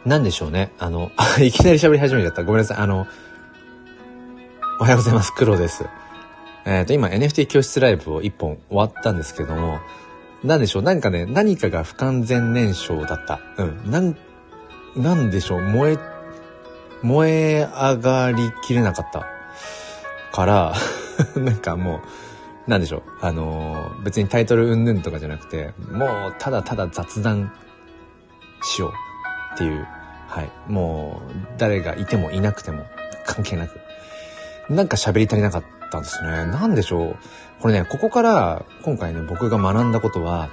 なんでしょうね。いきなり喋り始めちゃった。ごめんなさい。おはようございます。黒です。今 NFT 教室ライブを1本終わったんですけども、なんでしょう。なんかね、何かが不完全燃焼だった。なんでしょう。燃え上がりきれなかったから、なんかもう、なんでしょう。別にタイトルうんぬんとかじゃなくて、もうただただ雑談しようっていう、はい。もう、誰がいてもいなくても関係なく。なんか喋り足りなかったんですね。なんでしょう。これね、ここから今回ね、僕が学んだことは、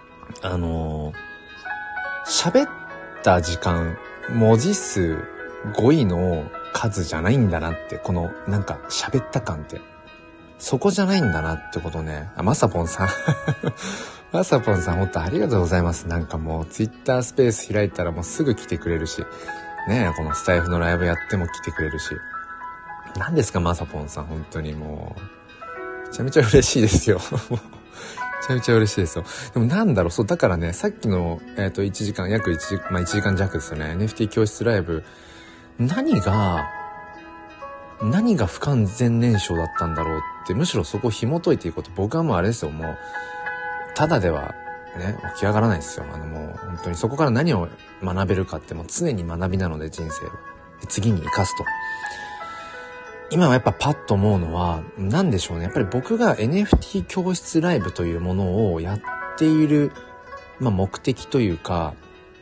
喋った時間、文字数語彙の数じゃないんだなって、このなんか喋った感って、そこじゃないんだなってことね。まさぽんさん。まさぽんさん、本当ありがとうございます。なんかもうツイッタースペース開いたらもうすぐ来てくれるし、ねえ、このスタイフのライブやっても来てくれるし。何ですか、まさぽんさん、本当にもう。めちゃめちゃ嬉しいですよ。めちゃめちゃ嬉しいですよ。でもなんだろう、そう、だからね、さっきの、1時間、約1時間弱ですよね。NFT 教室ライブ。何が不完全燃焼だったんだろうって、むしろそこを紐解いていくこと、僕はもうあれですよ、もう、ただではね、起き上がらないですよ。もう、本当にそこから何を学べるかってもう常に学びなので、人生は。次に生かすと。今はやっぱパッと思うのは、なんでしょうね。やっぱり僕が NFT 教室ライブというものをやっている、目的というか、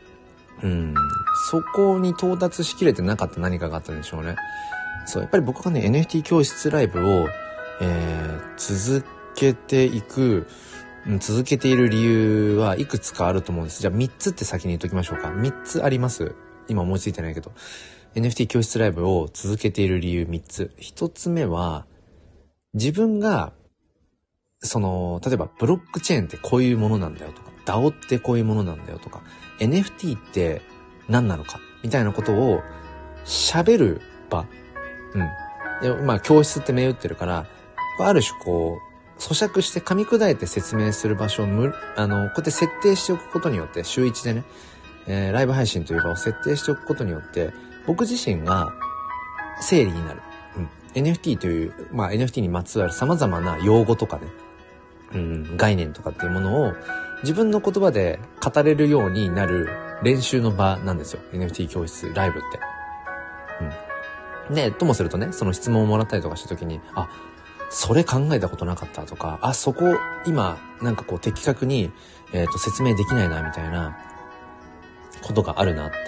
そこに到達しきれてなかった何かがあったんでしょうね。そう、やっぱり僕がね、NFT 教室ライブを、続けている理由はいくつかあると思うんです。じゃあ3つって先に言っときましょうか。3つあります。今思いついてないけど。NFT 教室ライブを続けている理由3つ。1つ目は、自分が、例えばブロックチェーンってこういうものなんだよとか、DAO ってこういうものなんだよとか、NFT って何なのかみたいなことを喋る場。で、教室って銘打ってるから、ある種こう、咀嚼して噛み砕いて説明する場所をこうやって設定しておくことによって、週1でね、ライブ配信という場を設定しておくことによって、僕自身が整理になる。NFT という、NFT にまつわる様々な用語とかね、概念とかっていうものを自分の言葉で語れるようになる練習の場なんですよ。NFT 教室ライブって。で、ともするとね、その質問をもらったりとかしたときに、それ考えたことなかったとか、そこ今なんかこう的確に、説明できないなみたいなことがあるなって、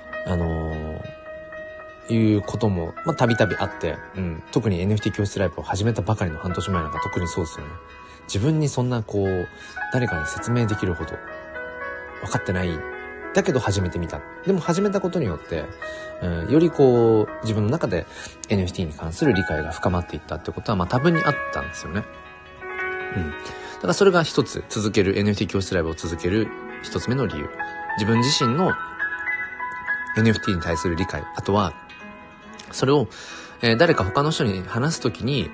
いうことも、たびたびあって、特に NFT 教室ライブを始めたばかりの半年前なんか特にそうですよね。自分にそんなこう、誰かに説明できるほど分かってない。だけど始めてみた。でも始めたことによって、よりこう、自分の中で NFT に関する理解が深まっていったってことは、多分にあったんですよね。だからそれが一つ、NFT 教室ライブを続ける一つ目の理由。自分自身の NFT に対する理解。あとは、それを、誰か他の人に話すときに、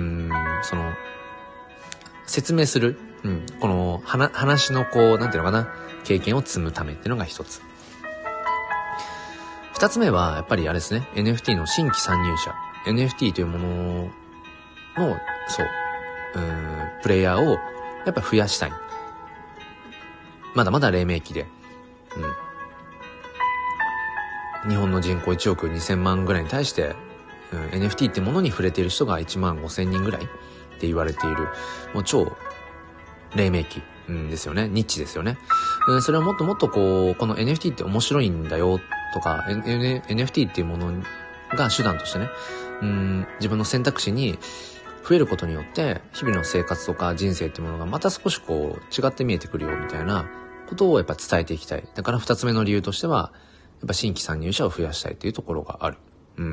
説明する、この話のこう、なんていうのかな、経験を積むためっていうのが一つ。二つ目は、やっぱりあれですね、NFT の新規参入者。NFT というものの、プレイヤーを、やっぱ増やしたい。まだまだ黎明期で。日本の人口1億2000万ぐらいに対して、NFT ってものに触れている人が1万5000人ぐらいって言われている、もう超黎明期、ですよね。ニッチですよね。それをもっともっとこの NFT って面白いんだよとか、NFT っていうものが手段としてね、自分の選択肢に増えることによって、日々の生活とか人生っていうものがまた少しこう違って見えてくるよみたいなことをやっぱ伝えていきたい。だから二つ目の理由としては、やっぱ新規参入者を増やしたいっていうところがある。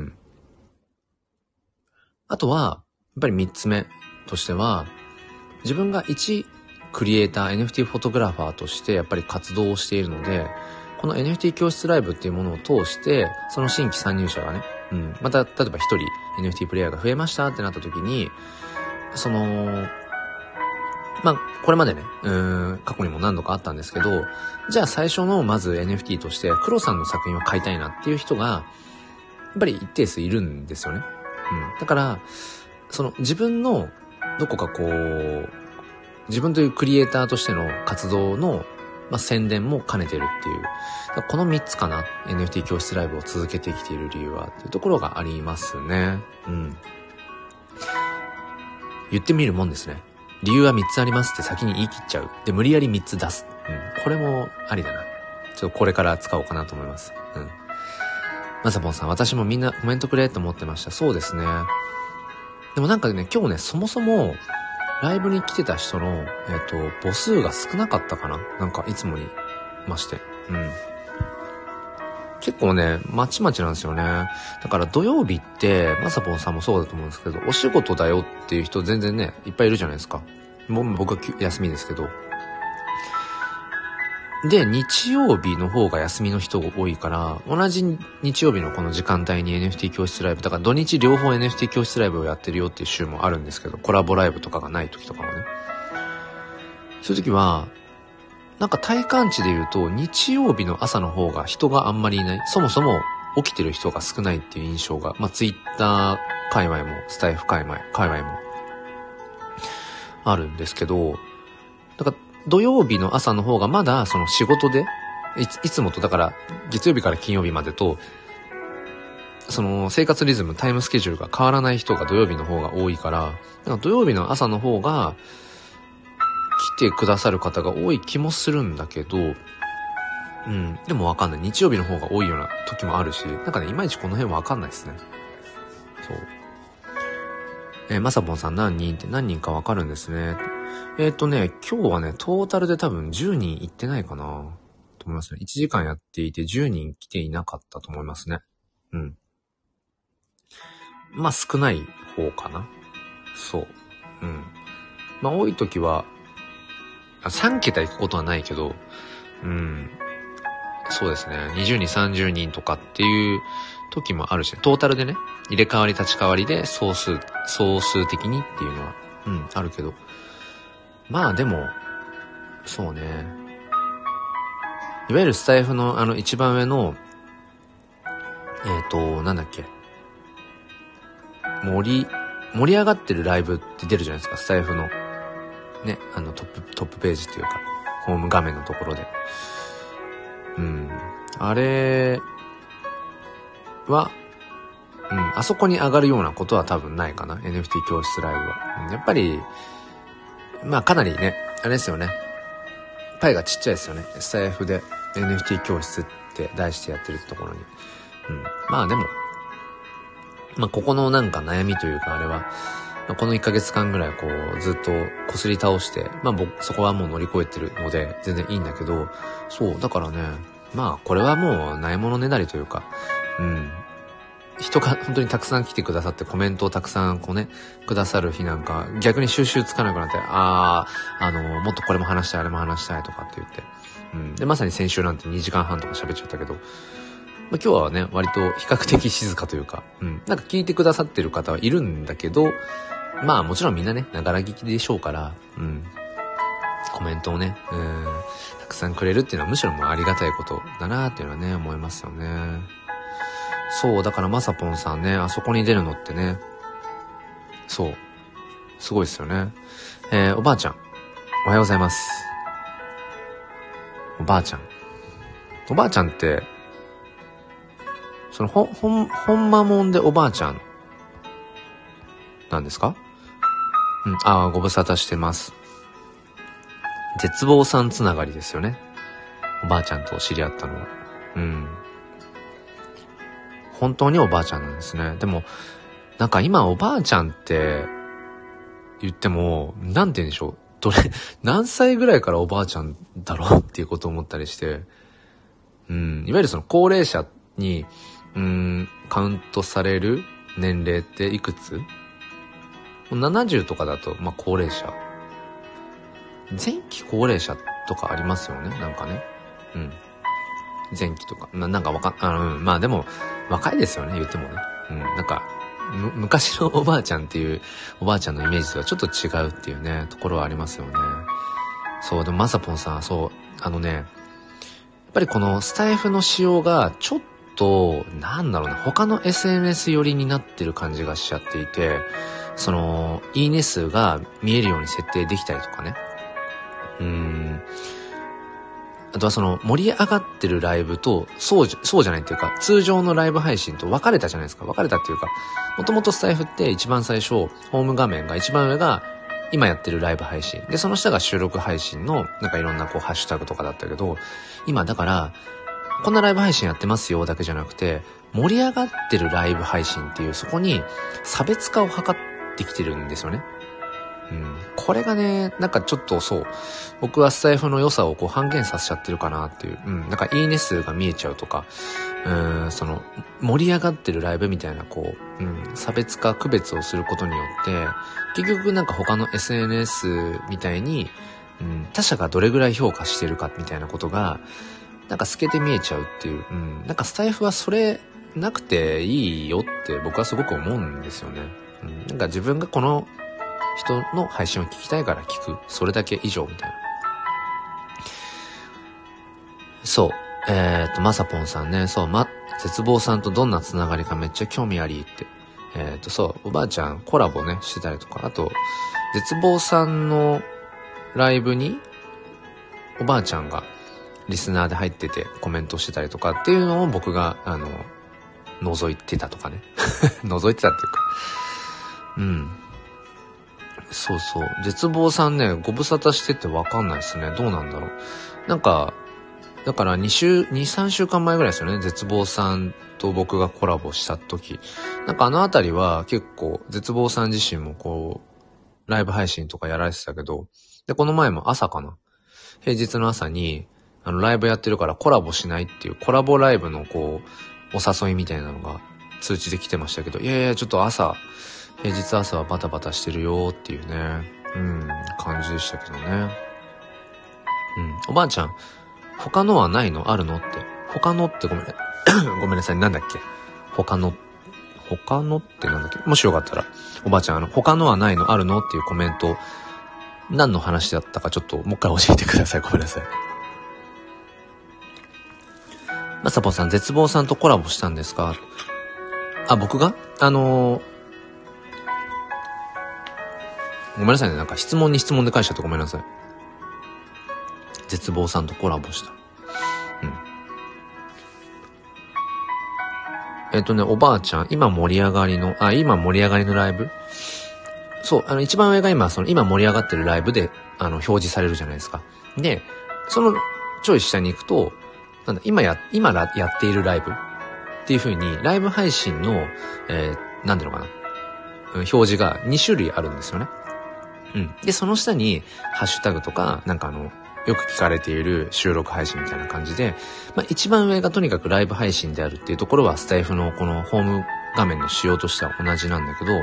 あとは、やっぱり三つ目としては、自分が一クリエイター、NFT フォトグラファーとしてやっぱり活動をしているので、この NFT 教室ライブっていうものを通して、その新規参入者がね、また例えば一人 NFT プレイヤーが増えましたってなった時に、 まあ、これまでね、過去にも何度かあったんですけど、じゃあ最初のまず NFT として黒さんの作品を買いたいなっていう人が、やっぱり一定数いるんですよね。だから、その自分のどこかこう、自分というクリエイターとしての活動の、宣伝も兼ねてるっていう。この3つかな。NFT 教室ライブを続けてきている理由はっていうところがありますね。言ってみるもんですね。理由は3つありますって先に言い切っちゃう。で、無理やり3つ出す。これもありだな。ちょっとこれから使おうかなと思います。まさぽんさん、私もみんなコメントくれと思ってました。そうですね。でもなんかね、今日ね、そもそも、ライブに来てた人の、母数が少なかったかな。なんか、いつもにまして。結構ね、まちまちなんですよね。だから土曜日って、まさぽんさんもそうだと思うんですけど、お仕事だよっていう人全然ね、いっぱいいるじゃないですか。もう僕は休みですけど。で、日曜日の方が休みの人が多いから、同じ日曜日のこの時間帯に NFT 教室ライブ、だから土日両方 NFT 教室ライブをやってるよっていう週もあるんですけど、コラボライブとかがない時とかもね。そういう時は、なんか体感値で言うと、日曜日の朝の方が人があんまりいない。そもそも起きてる人が少ないっていう印象が、ツイッター界隈も、スタイフ界隈もあるんですけど、だから土曜日の朝の方がまだその仕事で、いつもとだから月曜日から金曜日までと、その生活リズム、タイムスケジュールが変わらない人が土曜日の方が多いから、だから土曜日の朝の方が来てくださる方が多い気もするんだけど、でもわかんない。日曜日の方が多いような時もあるし、なんかね、いまいちこの辺わかんないですね。そう。まさぽんさん何人って何人かわかるんですね。今日はね、トータルで多分10人行ってないかなと思いますね。1時間やっていて10人来ていなかったと思いますね。少ない方かな。そう。多い時は、3桁行くことはないけど、そうですね。20人、30人とかっていう時もあるし、トータルでね、入れ替わり立ち替わりで総数的にっていうのは、あるけど。でも、そうね。いわゆるスタイフの一番上の、なんだっけ。盛り上がってるライブって出るじゃないですか、スタイフの。ね、トップページっていうか、ホーム画面のところで。あれは、あそこに上がるようなことは多分ないかな。NFT 教室ライブは。やっぱり、かなりね、あれですよね。パイがちっちゃいですよね。スタイフで NFT 教室って題してやってるところに。でも、ここのなんか悩みというかあれは、この1ヶ月間ぐらいこうずっとこすり倒して、そこはもう乗り越えてるので全然いいんだけど、そう、だからね、これはもうないものねだりというか、人が本当にたくさん来てくださってコメントをたくさんこうね、くださる日なんか逆に収集つかなくなって、もっとこれも話したい、あれも話したいとかって言って。で、まさに先週なんて2時間半とか喋っちゃったけど、今日はね、割と比較的静かというか、なんか聞いてくださってる方はいるんだけど、もちろんみんなね、ながら聞きでしょうから、コメントをね、たくさんくれるっていうのはむしろもうありがたいことだなっていうのはね、思いますよね。そう、だからまさぽんさんね、あそこに出るのってね、そう、すごいですよね。おばあちゃん、おはようございます。おばあちゃんって、そのほんまもんでおばあちゃんなんですか？ご無沙汰してます。絶望さんつながりですよね。おばあちゃんと知り合ったのは。本当におばあちゃんなんですね。でも、なんか今おばあちゃんって言っても、なんて言うんでしょう。何歳ぐらいからおばあちゃんだろうっていうことを思ったりして、いわゆるその高齢者に、カウントされる年齢っていくつ？70とかだと、高齢者。前期高齢者とかありますよね、なんかね。前期とか。なんかでも、若いですよね、言ってもね。なんか、 昔のおばあちゃんっていうおばあちゃんのイメージとはちょっと違うっていうね、ところはありますよね。そう、でもまさぽんさん、そう、やっぱりこのスタイフの仕様がちょっと、なんだろうな、他の SNS 寄りになってる感じがしちゃっていて、いいね数が見えるように設定できたりとかね。あとは盛り上がってるライブと、そうじゃないっていうか、通常のライブ配信と分かれたじゃないですか。分かれたっていうか、もともとスタイフって一番最初、ホーム画面が一番上が、今やってるライブ配信。で、その下が収録配信の、なんかいろんなハッシュタグとかだったけど、今だから、こんなライブ配信やってますよだけじゃなくて、盛り上がってるライブ配信っていう、そこに差別化を図ってきてるんですよね。これがね、なんかちょっとそう、僕はスタイフの良さを半減させちゃってるかなっていう、なんかいいね数が見えちゃうとか、盛り上がってるライブみたいな差別化、区別をすることによって、結局なんか他の SNS みたいに、他者がどれぐらい評価してるかみたいなことが、なんか透けて見えちゃうっていう、なんかスタイフはそれなくていいよって僕はすごく思うんですよね。なんか自分がこの人の配信を聞きたいから聞く。それだけ以上みたいな。そう。まさぽんさんね。そう、絶望さんとどんなつながりかめっちゃ興味ありって。そう、おばあちゃんコラボね、してたりとか。あと、絶望さんのライブに、おばあちゃんがリスナーで入っててコメントしてたりとかっていうのを僕が、覗いてたとかね。覗いてたっていうか。そうそう。絶望さんね、ご無沙汰しててわかんないですね。どうなんだろう。なんか、だから2、3週間前ぐらいですよね。絶望さんと僕がコラボした時。なんかあたりは結構、絶望さん自身もライブ配信とかやられてたけど、で、この前も朝かな。平日の朝に、ライブやってるからコラボしないっていうコラボライブのお誘いみたいなのが通知で来てましたけど、いやちょっと平日朝はバタバタしてるよっていうね、感じでしたけどね。おばあちゃん、他のはないのあるのって。他のってごめんなさい、なんだっけ他のってなんだっけもしよかったら、おばあちゃん、他のはないのあるのっていうコメント、何の話だったかちょっともう一回教えてください。ごめんなさい。まさぽんさん、絶望さんとコラボしたんですか？僕がごめんなさいね。なんか質問に質問で返しちゃってごめんなさい。絶望さんとコラボした。おばあちゃん、今盛り上がりのライブ？そう、一番上が今盛り上がってるライブで、表示されるじゃないですか。で、その、ちょい下に行くと、今やっているライブっていう風に、ライブ配信の、なんていうのかな。表示が2種類あるんですよね。で、その下に、ハッシュタグとか、なんかよく聞かれている収録配信みたいな感じで、一番上がとにかくライブ配信であるっていうところは、スタイフのこのホーム画面の仕様としては同じなんだけど、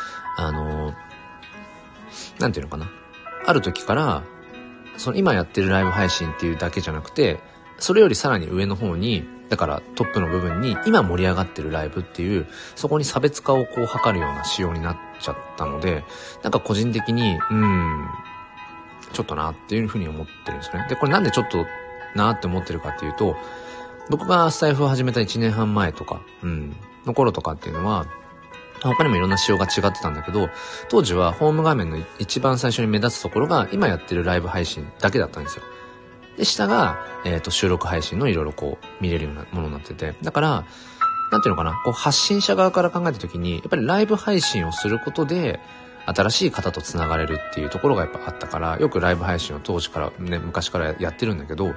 なんていうのかな。ある時から、今やってるライブ配信っていうだけじゃなくて、それよりさらに上の方に、だからトップの部分に今盛り上がってるライブっていう、そこに差別化を図るような仕様になっちゃったので、なんか個人的に、ちょっとなっていうふうに思ってるんですよね。で、これなんでちょっとなって思ってるかっていうと、僕がスタイフを始めた1年半前とか、の頃とかっていうのは、他にもいろんな仕様が違ってたんだけど、当時はホーム画面の一番最初に目立つところが今やってるライブ配信だけだったんですよ。で、下が、収録配信のいろいろ見れるようなものになってて。だから、なんていうのかな、発信者側から考えたときに、やっぱりライブ配信をすることで、新しい方と繋がれるっていうところがやっぱあったから、よくライブ配信を当時からね、昔からやってるんだけど、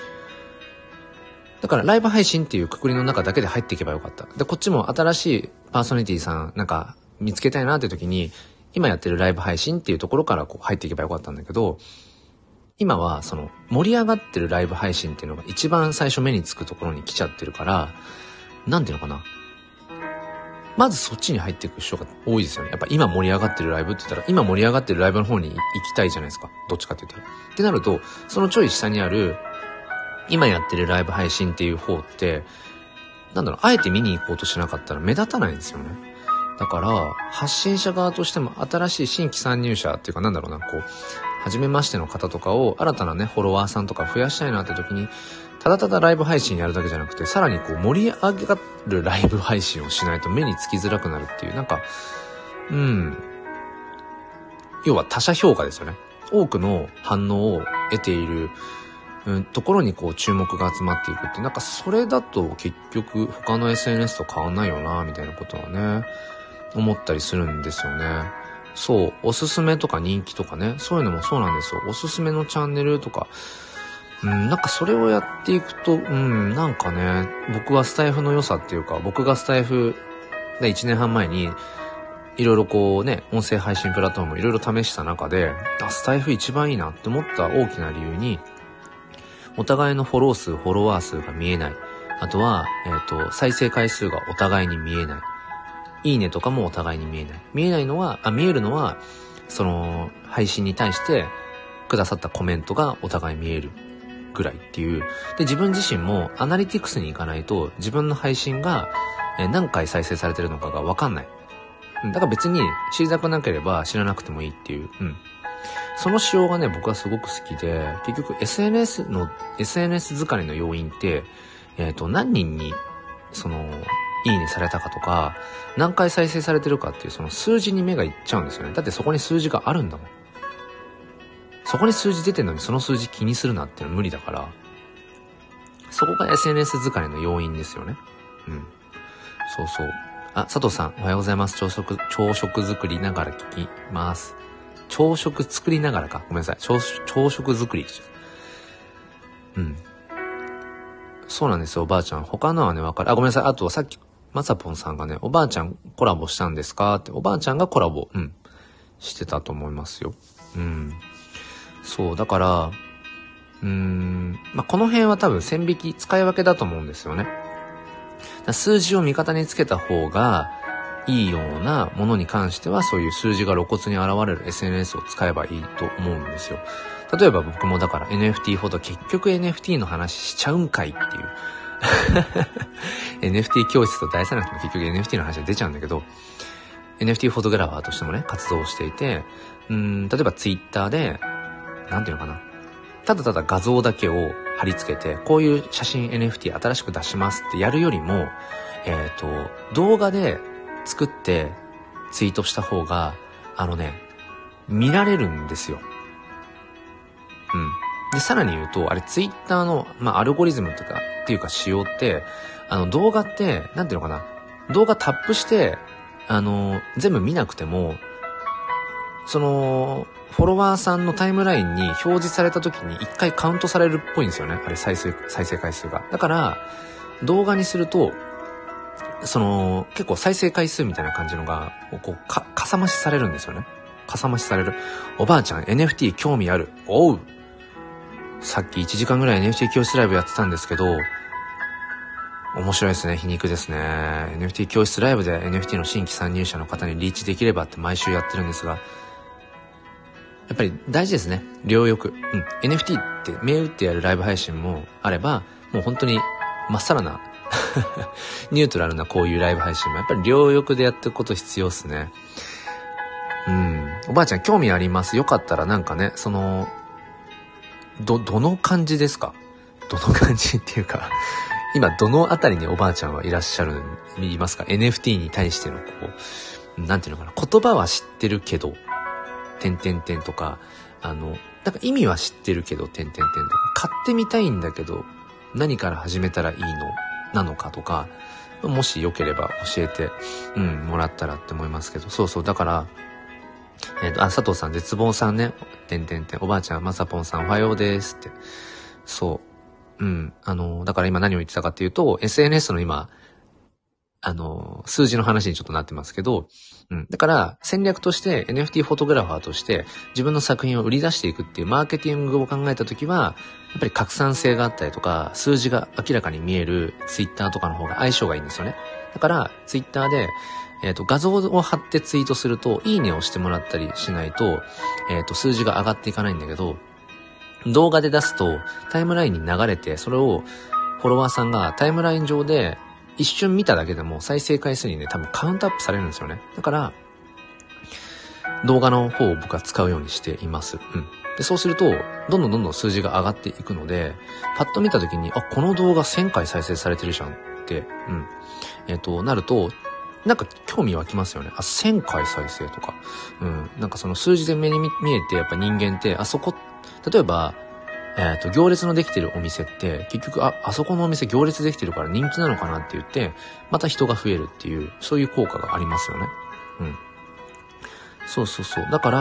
だからライブ配信っていう括りの中だけで入っていけばよかった。で、こっちも新しいパーソナリティさんなんか見つけたいなっていう時に、今やってるライブ配信っていうところから入っていけばよかったんだけど、今は盛り上がってるライブ配信っていうのが一番最初目につくところに来ちゃってるから、なんていうのかな。まずそっちに入っていく人が多いですよね。やっぱ今盛り上がってるライブって言ったら、今盛り上がってるライブの方に行きたいじゃないですか。どっちかって言ったら。ってなると、そのちょい下にある、今やってるライブ配信っていう方って、あえて見に行こうとしなかったら目立たないんですよね。 だから、発信者側としても新しい新規参入者っていうか初めましての方とかを新たなね、フォロワーさんとか増やしたいなって時に、ただただライブ配信やるだけじゃなくて、さらに盛り上がるライブ配信をしないと目につきづらくなるっていう、要は他者評価ですよね。多くの反応を得ている、ところに注目が集まっていくって、それだと結局他の SNS と変わんないよな、みたいなことはね、思ったりするんですよね。そう、おすすめとか人気とかね、そういうのもそうなんですよ。おすすめのチャンネルとか、それをやっていくと、僕はスタイフの良さっていうか、僕がスタイフで1年半前に、いろいろ音声配信プラットフォームいろいろ試した中で、スタイフ一番いいなって思った大きな理由に、お互いのフォロー数、フォロワー数が見えない。あとは、再生回数がお互いに見えない。いいねとかもお互いに見えない。見えるのは、その、配信に対してくださったコメントがお互い見えるぐらいっていう。で、自分自身もアナリティクスに行かないと自分の配信が何回再生されてるのかがわかんない。だから別に知りたくなければ知らなくてもいいっていう。その仕様がね、僕はすごく好きで、結局 SNS 疲れの要因って、何人に、いいねされたかとか、何回再生されてるかっていうその数字に目がいっちゃうんですよね。だってそこに数字があるんだもん。そこに数字出てんのにその数字気にするなっていうのは無理だから、そこが SNS 疲れの要因ですよね。そうそう。佐藤さん、おはようございます。朝食作りながら聞きます。朝食作りながらか。ごめんなさい。朝食作り。そうなんですよ、おばあちゃん。他のはね、わかる。ごめんなさい。あとはさっき、まさぽんさんがね、おばあちゃんコラボしたんですかって、おばあちゃんがコラボ、してたと思いますよ。そう、だから、この辺は多分線引き、使い分けだと思うんですよね。数字を味方につけた方がいいようなものに関しては、そういう数字が露骨に現れる SNS を使えばいいと思うんですよ。例えば僕もだから NFT フォト、結局 NFT の話しちゃうんかいっていうNFT 教室と題さなくても結局 NFT の話が出ちゃうんだけど、 NFT フォトグラファーとしてもね活動していて、例えば Twitter でなんていうのかな、ただただ画像だけを貼り付けて、こういう写真 NFT 新しく出しますってやるよりも、動画で作ってツイートした方が見られるんですよ。で、さらに言うと、あれツイッターの、アルゴリズムとかっていうか仕様って、動画って、なんていうのかな、動画タップして、全部見なくても、フォロワーさんのタイムラインに表示された時に一回カウントされるっぽいんですよね。あれ再生回数が。だから、動画にすると、結構再生回数みたいな感じのが、かさ増しされるんですよね。かさ増しされる。おばあちゃん NFT 興味ある。おう。さっき1時間ぐらい NFT 教室ライブやってたんですけど、面白いですね。皮肉ですね。NFT 教室ライブで NFT の新規参入者の方にリーチできればって毎週やってるんですが、やっぱり大事ですね。両翼。NFT って銘打ってやるライブ配信もあれば、もう本当にまっさらなニュートラルなこういうライブ配信もやっぱり両翼でやっていくこと必要っすね。おばあちゃん興味あります。よかったらどの感じですか？どの感じっていうか、今どのあたりにおばあちゃんはいらっしゃる、言いますか？ NFT に対してのなんていうのかな、言葉は知ってるけど、とか、意味は知ってるけど、とか、買ってみたいんだけど、何から始めたらいいのなのかとか、もしよければ教えて、もらったらって思いますけど、そうそう、だから、佐藤さん、絶望さんね、おばあちゃん、まさぽんさん、おはようですって。そう。だから今何を言ってたかっていうと、SNS の今、数字の話にちょっとなってますけど、だから戦略として NFT フォトグラファーとして自分の作品を売り出していくっていうマーケティングを考えたときは、やっぱり拡散性があったりとか、数字が明らかに見える Twitter とかの方が相性がいいんですよね。だから Twitter で画像を貼ってツイートすると、いいねをしてもらったりしないと、数字が上がっていかないんだけど、動画で出すとタイムラインに流れて、それをフォロワーさんがタイムライン上で、 一瞬見ただけでも再生回数にね、多分カウントアップされるんですよね。だから、動画の方を僕は使うようにしています。で、そうすると、どんどん数字が上がっていくので、パッと見た時に、この動画1000回再生されてるじゃんって、なると、なんか興味湧きますよね。1000回再生とか。なんかその数字で目に見えて、やっぱ人間って、例えば、行列のできてるお店って、結局、あそこのお店行列できてるから人気なのかなって言って、また人が増えるっていう、そういう効果がありますよね。そう。だから、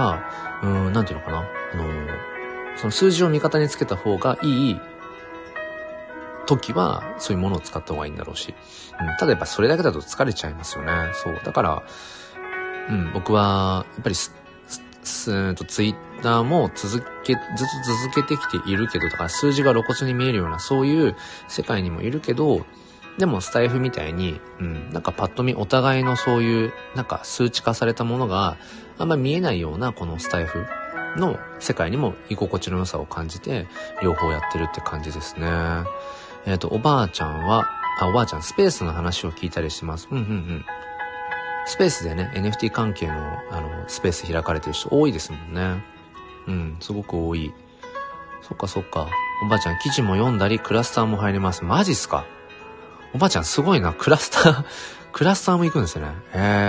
なんていうのかな。その数字を味方につけた方がいい時は、そういうものを使った方がいいんだろうし。ただやっぱそれだけだと疲れちゃいますよね。そう。だから、僕は、やっぱりツイッターもずっと続けてきているけど、だから数字が露骨に見えるような、そういう世界にもいるけど、でもスタイフみたいに、なんかパッと見お互いのそういう、なんか数値化されたものがあんま見えないようなこのスタイフの世界にも居心地の良さを感じて、両方やってるって感じですね。おばあちゃんスペースの話を聞いたりしてます。スペースでね、NFT 関係のスペース開かれてる人多いですもんね。すごく多い。そっか。おばあちゃん記事も読んだり、クラスターも入れます。マジっすか？おばあちゃんすごいな。クラスターも行くんですね。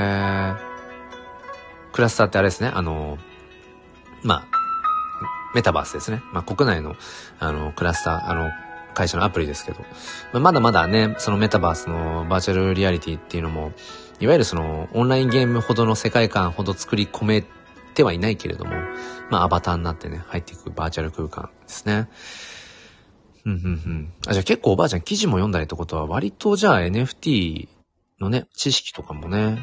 クラスターってあれですね。メタバースですね。国内の、クラスター、会社のアプリですけど。まだまだね、そのメタバースのバーチャルリアリティっていうのも、いわゆるその、オンラインゲームほどの世界観ほど作り込めてはいないけれども、アバターになってね、入っていくバーチャル空間ですね。じゃあ結構おばあちゃん記事も読んだりってことは割とじゃあ NFT のね、知識とかもね、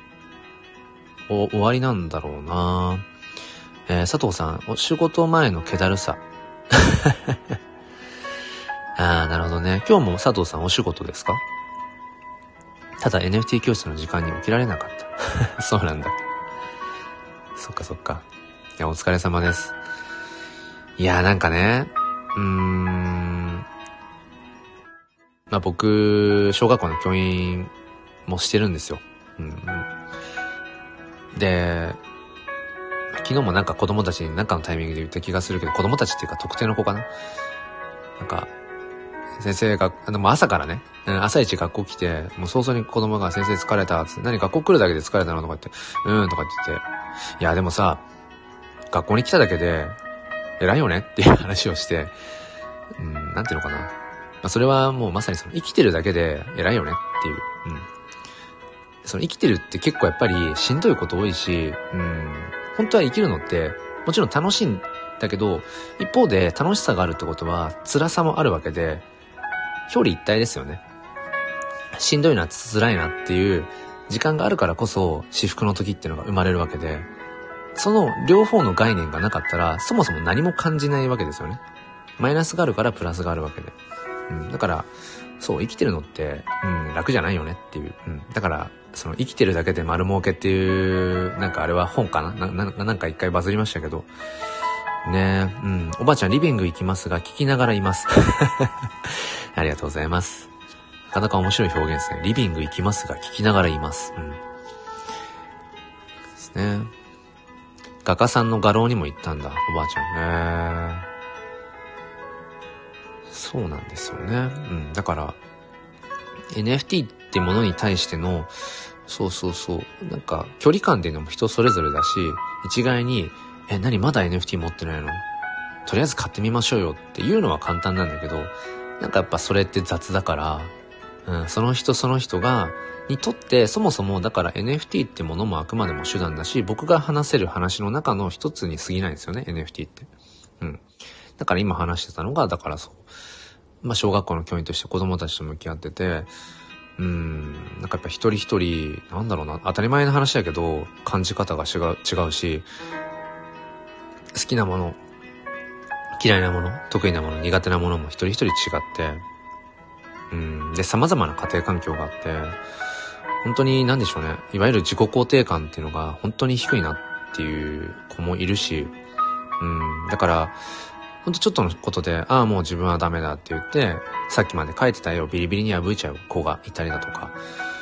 終わりなんだろうな。佐藤さん、お仕事前の気だるさ。なるほどね。今日も佐藤さんお仕事ですか？ただ NFT 教室の時間に起きられなかった。そうなんだ。そっか。いや、お疲れ様です。いや、なんかね、僕、小学校の教員もしてるんですよ。で、昨日もなんか子供たちに何かのタイミングで言った気がするけど、子供たちっていうか特定の子かな。なんか、先生が、もう朝からね、朝一学校来て、もう早々に子供が先生疲れたつって、何学校来るだけで疲れたのとか言って、とか言って、いやでもさ、学校に来ただけで、偉いよねっていう話をして、なんていうのかな。それはもうまさにその生きてるだけで偉いよねっていう。その生きてるって結構やっぱりしんどいこと多いし、本当は生きるのってもちろん楽しいんだけど、一方で楽しさがあるってことは辛さもあるわけで、表裏一体ですよね。しんどいな、辛いなっていう時間があるからこそ至福の時っていうのが生まれるわけで、その両方の概念がなかったらそもそも何も感じないわけですよね。マイナスがあるからプラスがあるわけで。だから、そう、生きてるのって、楽じゃないよねっていう。だから、その生きてるだけで丸儲けっていう、なんかあれは本かななんか一回バズりましたけど。ねおばあちゃんリビング行きますが聞きながらいます。ありがとうございます。なかなか面白い表現ですね。リビング行きますが聞きながらいます。ですね。画家さんの画廊にも行ったんだ、おばあちゃん。そうなんですよね。だから、NFT ってものに対しての、なんか、距離感っていうのも人それぞれだし、一概に、何まだ NFT 持ってないの？とりあえず買ってみましょうよっていうのは簡単なんだけど、なんかやっぱそれって雑だから、その人にとってそもそもだから NFT ってものもあくまでも手段だし、僕が話せる話の中の一つに過ぎないんですよね、NFT って。だから今話してたのが、だからそう。小学校の教員として子供たちと向き合ってて、なんかやっぱ一人一人、なんだろうな、当たり前の話だけど、感じ方が違うし、好きなもの、嫌いなもの、得意なもの、苦手なものも一人一人違って、で、様々な家庭環境があって、本当に何でしょうね、いわゆる自己肯定感っていうのが本当に低いなっていう子もいるし、だから、 ほんとちょっとのことで、もう自分はダメだって言って、さっきまで描いてた絵をビリビリに破いちゃう子がいたりだとか、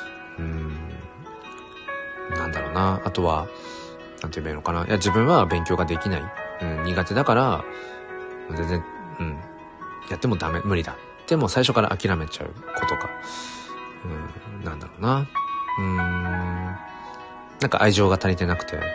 なんだろうな。あとは、なんて言えばいいのかな。いや、自分は勉強ができない。苦手だから、全然、やっても無理だ。でも最初から諦めちゃう子とか。なんだろうな。なんか愛情が足りてなくて。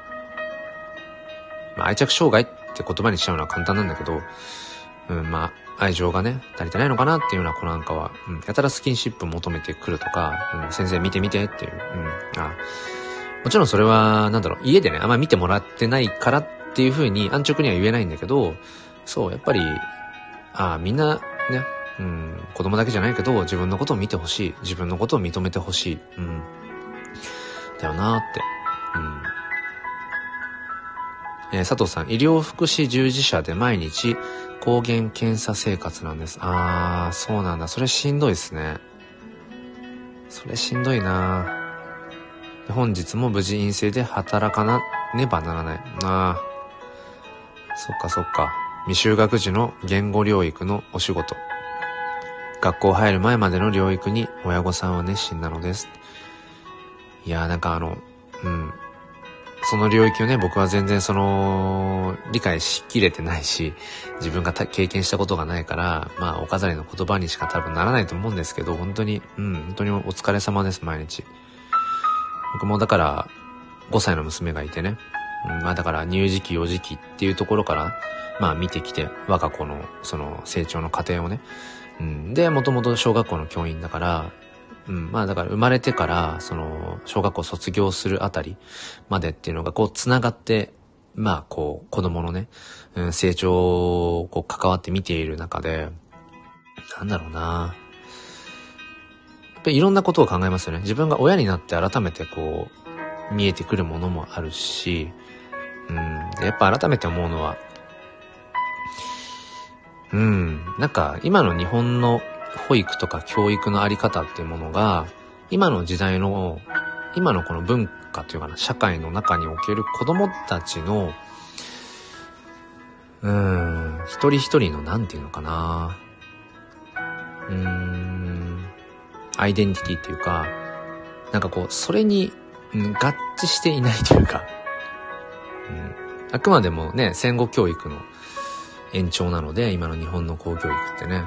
愛着障害って言葉にしちゃうのは簡単なんだけど、愛情がね、足りてないのかなっていうような子なんかは、やたらスキンシップ求めてくるとか、先生見て見てっていう。もちろんそれは、家でね、あんま見てもらってないからっていう風に安直には言えないんだけど、そう、やっぱり、みんなね、子供だけじゃないけど、自分のことを見てほしい。自分のことを認めてほしい。だよなーって。佐藤さん、医療福祉従事者で毎日抗原検査生活なんです。そうなんだ。それしんどいですね。それしんどいな。本日も無事陰性で働かなねばならない。そっか。未就学児の言語療育のお仕事。学校入る前までの療育に親御さんは熱心なのです。いやーなんかその領域をね、僕は全然理解しきれてないし、自分が経験したことがないから、お飾りの言葉にしか多分ならないと思うんですけど、本当にお疲れ様です、毎日。僕もだから、5歳の娘がいてね、だから乳児期、幼児期っていうところから、見てきて、我が子のその成長の過程をね、で、もともと小学校の教員だから、だから生まれてから、小学校卒業するあたりまでっていうのが繋がって、子供のね、成長を関わって見ている中で、なんだろうな。やっぱりいろんなことを考えますよね。自分が親になって改めて見えてくるものもあるし、やっぱ改めて思うのは、なんか今の日本の保育とか教育のあり方っていうものが、今の時代の、今のこの文化というかな、社会の中における子供たちの、一人一人のなんていうのかな、アイデンティティっていうか、なんかそれに、合致していないというか、あくまでもね、戦後教育の延長なので、今の日本の公教育ってね、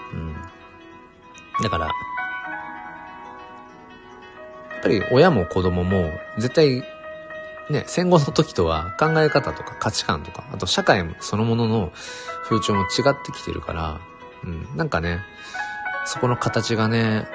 だから、やっぱり親も子供も絶対ね、戦後の時とは考え方とか価値観とか、あと社会そのものの風潮も違ってきてるから、なんかね、そこの形がね、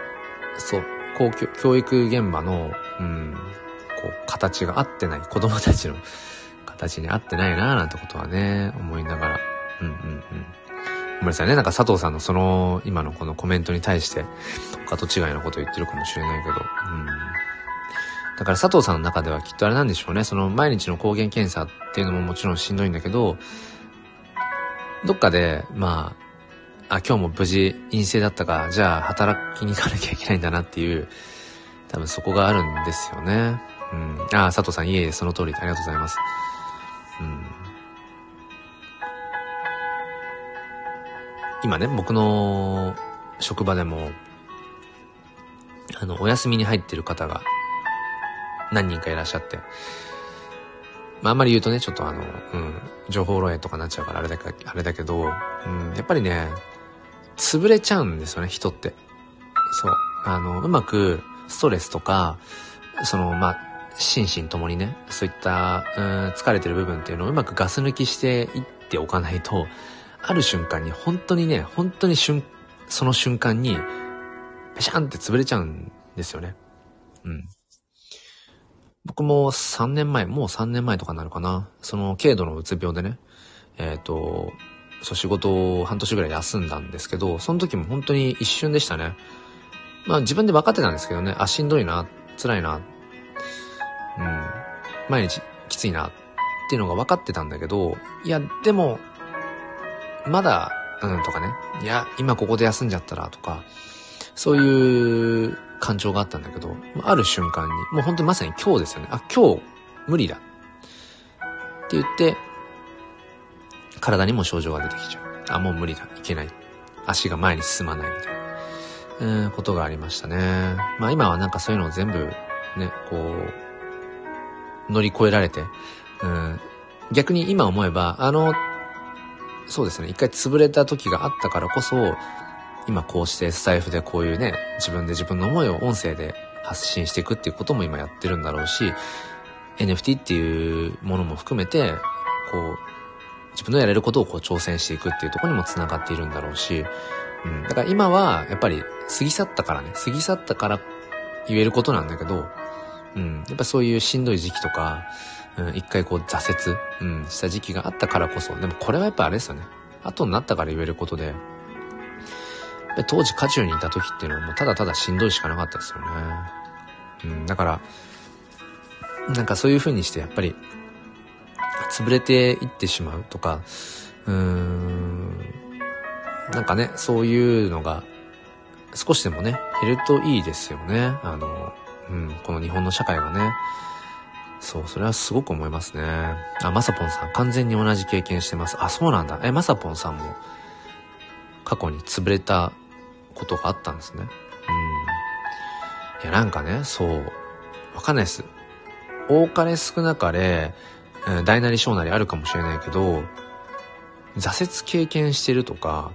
教育現場の、形が合ってない、子供たちの形に合ってないなぁなんてことはね、思いながら、ごめんなさいね、なんか佐藤さんの今のこのコメントに対して、他と違いのことを言ってるかもしれないけど、だから佐藤さんの中ではきっとあれなんでしょうね、毎日の抗原検査っていうのももちろんしんどいんだけど、どっかで、今日も無事陰性だったか、じゃあ働きに行かなきゃいけないんだなっていう、多分そこがあるんですよね。佐藤さん、いえいえ、その通りでありがとうございます。今ね、僕の職場でも、お休みに入ってる方が何人かいらっしゃって、あんまり言うとね、ちょっと情報漏洩とかなっちゃうからあれだけど、やっぱりね、潰れちゃうんですよね、人って。そう。うまくストレスとか、心身ともにね、そういった、疲れてる部分っていうのをうまくガス抜きしていっておかないと、ある瞬間に本当にその瞬間に、ペシャンって潰れちゃうんですよね。僕も3年前とかになるかな。軽度のうつ病でね、仕事を半年ぐらい休んだんですけど、その時も本当に一瞬でしたね。自分で分かってたんですけどね、しんどいな、辛いな、毎日きついなっていうのが分かってたんだけど、いや、でも、まだ、とかね、いや、今ここで休んじゃったらとか、そういう感情があったんだけど、ある瞬間に、もう本当にまさに今日ですよね。今日無理だって言って体にも症状が出てきちゃう。もう無理だ。いけない。足が前に進まないみたいな、ことがありましたね。今はなんかそういうのを全部ね、こう、乗り越えられて、逆に今思えば、そうですね、一回潰れた時があったからこそ、今こうしてスタイフでこういうね、自分で自分の思いを音声で発信していくっていうことも今やってるんだろうし、NFT っていうものも含めて、こう、自分のやれることをこう挑戦していくっていうところにも繋がっているんだろうし、だから今はやっぱり過ぎ去ったから言えることなんだけど、やっぱそういうしんどい時期とか、一回こう挫折、した時期があったからこそ、でもこれはやっぱあれですよね。後になったから言えることで、当時渦中にいた時っていうのはもうただただしんどいしかなかったですよね。だから、なんかそういう風にしてやっぱり、潰れていってしまうとか、なんかね、そういうのが少しでもね、減るといいですよね。この日本の社会がね。そう、それはすごく思いますね。まさぽんさん、完全に同じ経験してます。そうなんだ。まさぽんさんも過去に潰れたことがあったんですね。いや、なんかね、そう、わかんないです。多かれ少なかれ、大なり小なりあるかもしれないけど、挫折経験してるとか、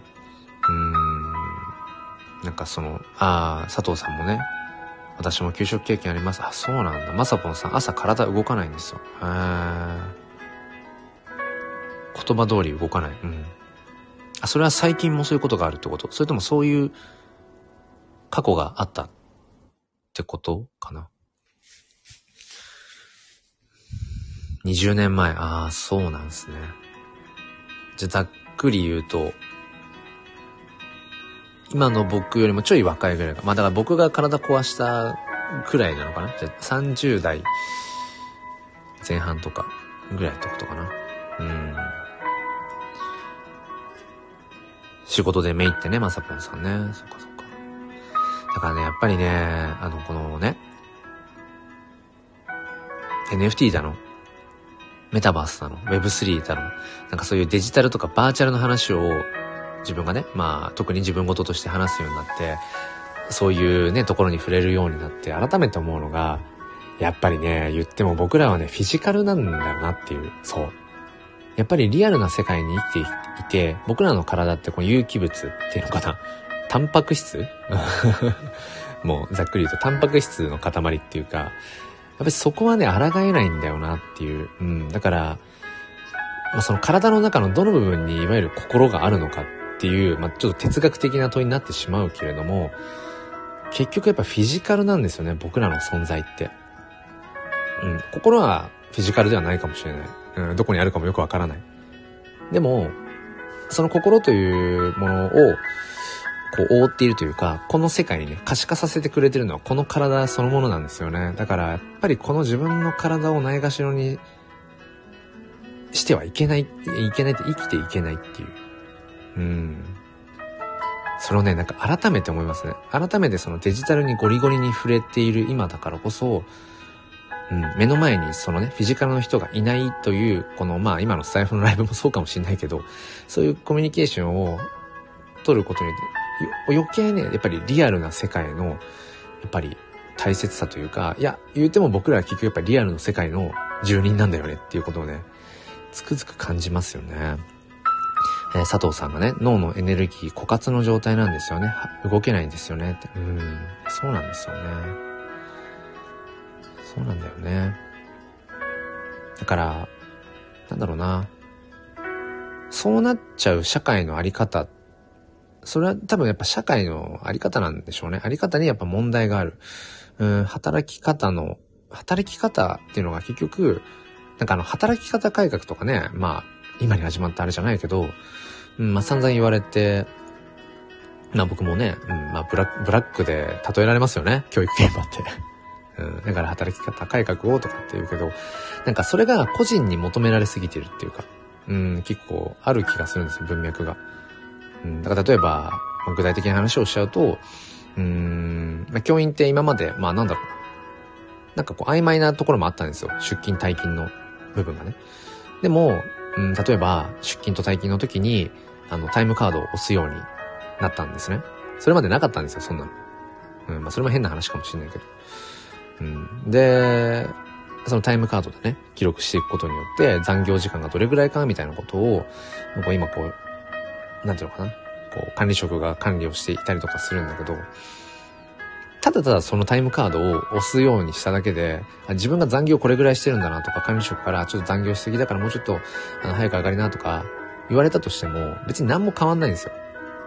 なんかその、佐藤さんもね、私も休職経験あります。そうなんだ。まさぽんさん、朝体動かないんですよ。言葉通り動かない。それは最近もそういうことがあるってこと？それともそういう過去があったってことかな。20年前。そうなんですね。じゃあざっくり言うと、今の僕よりもちょい若いぐらいか。だから僕が体壊したくらいなのかな。じゃあ30代前半とかぐらいってことかな。仕事でめいってね、まさぽんさんね。そっか。だからね、やっぱりね、このね、NFT だの、メタバースだの、Web3 だの、なんかそういうデジタルとかバーチャルの話を自分がね、特に自分事として話すようになって、そういうね、ところに触れるようになって、改めて思うのが、やっぱりね、言っても僕らはね、フィジカルなんだよなっていう、そう。やっぱりリアルな世界に生きていて、僕らの体ってこの有機物っていうのかな、タンパク質もうざっくり言うとタンパク質の塊っていうか、やっぱりそこはね、抗えないんだよなっていう。だから、その体の中のどの部分にいわゆる心があるのかっていう、ちょっと哲学的な問いになってしまうけれども、結局やっぱフィジカルなんですよね、僕らの存在って。心はフィジカルではないかもしれない。どこにあるかもよくわからない。でも、その心というものをこう覆っているというか、この世界にね、可視化させてくれてるのはこの体そのものなんですよね。だからやっぱりこの自分の体をないがしろにしてはいけないって生きていけないっていう。それをね、なんか改めて思いますね。改めてそのデジタルにゴリゴリに触れている今だからこそ、目の前にそのね、フィジカルの人がいないという、この今のスタイフのライブもそうかもしれないけど、そういうコミュニケーションを取ることによって、余計ね、やっぱりリアルな世界の、やっぱり大切さというか、いや、言うても僕らは結局やっぱりリアルの世界の住人なんだよねっていうことをね、つくづく感じますよね。佐藤さんがね、脳のエネルギー枯渇の状態なんですよね。動けないんですよねって。そうなんですよね。そうなんだよね。だから、なんだろうな。そうなっちゃう社会のあり方、それは多分やっぱ社会のあり方なんでしょうね。あり方にやっぱ問題がある。働き方っていうのが結局、なんか働き方改革とかね、今に始まったあれじゃないけど、散々言われて、僕もね、ブラックで例えられますよね、教育現場って。だから働き方改革をとかって言うけど、なんかそれが個人に求められすぎてるっていうか、結構ある気がするんですよ、文脈が。だから例えば、具体的な話をしちゃうと、教員って今まで、なんかこう曖昧なところもあったんですよ。出勤退勤の部分がね。でも、 例えば出勤と退勤の時にタイムカードを押すようになったんですね。それまでなかったんですよ、そんなの。それも変な話かもしれないけど。で、そのタイムカードでね、記録していくことによって残業時間がどれぐらいかみたいなことを、今なんていうのかな、管理職が管理をしていたりとかするんだけど、ただただそのタイムカードを押すようにしただけで、自分が残業これぐらいしてるんだなとか、管理職からちょっと残業しすぎだからもうちょっと早く上がりなとか言われたとしても、別に何も変わんないんですよ。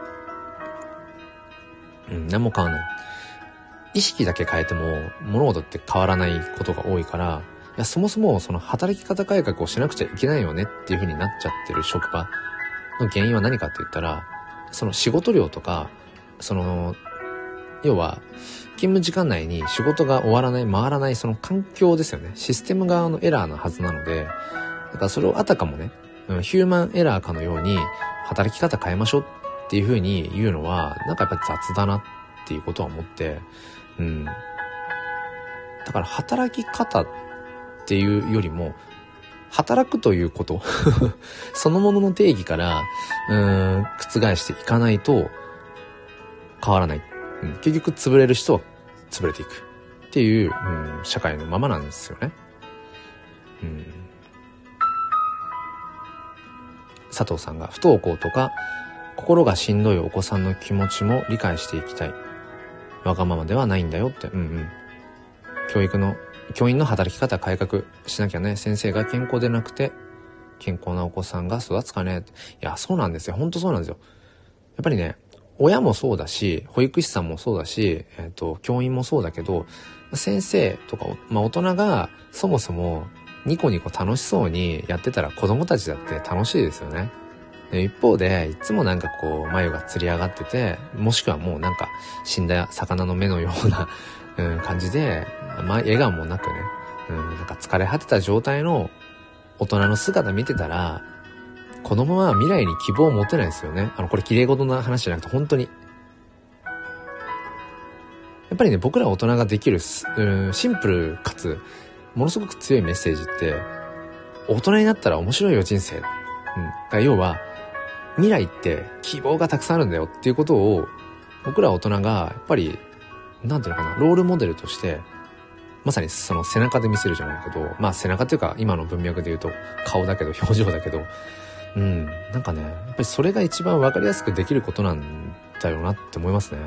何も変わんない。意識だけ変えても物事って変わらないことが多いから、そもそもその働き方改革をしなくちゃいけないよねっていう風になっちゃってる職場の原因は何かって言ったら、その仕事量とか、要は勤務時間内に仕事が終わらない、回らない、その環境ですよね。システム側のエラーのはずなので、だからそれをあたかもね、ヒューマンエラーかのように働き方変えましょうっていう風に言うのは、なんかやっぱ雑だなっていうことは思って、だから働き方っていうよりも、働くということそのものの定義から覆していかないと変わらない。結局潰れる人は潰れていくっていう、社会のままなんですよね。佐藤さんが不登校とか心がしんどいお子さんの気持ちも理解していきたい。わがままではないんだよって。教員の働き方改革しなきゃね。先生が健康でなくて健康なお子さんが育つかね。いや、そうなんですよ。本当そうなんですよ。やっぱりね、親もそうだし、保育士さんもそうだし、教員もそうだけど、先生とか、大人がそもそもニコニコ楽しそうにやってたら子供たちだって楽しいですよね。で一方で、いつもなんか眉がつり上がってて、もしくはもうなんか死んだ魚の目のような感じで、笑顔もなくね、なんか疲れ果てた状態の大人の姿見てたら、子供は未来に希望を持てないですよね。これ綺麗事な話じゃなくて本当に。やっぱりね、僕ら大人ができるシンプルかつものすごく強いメッセージって、大人になったら面白いよ人生。要は未来って希望がたくさんあるんだよっていうことを、僕ら大人がやっぱりなんていうのかな、ロールモデルとしてまさにその背中で見せるじゃないけど、背中っていうか今の文脈で言うと顔だけど表情だけど、なんかね、やっぱりそれが一番わかりやすくできることなんだよなって思いますね。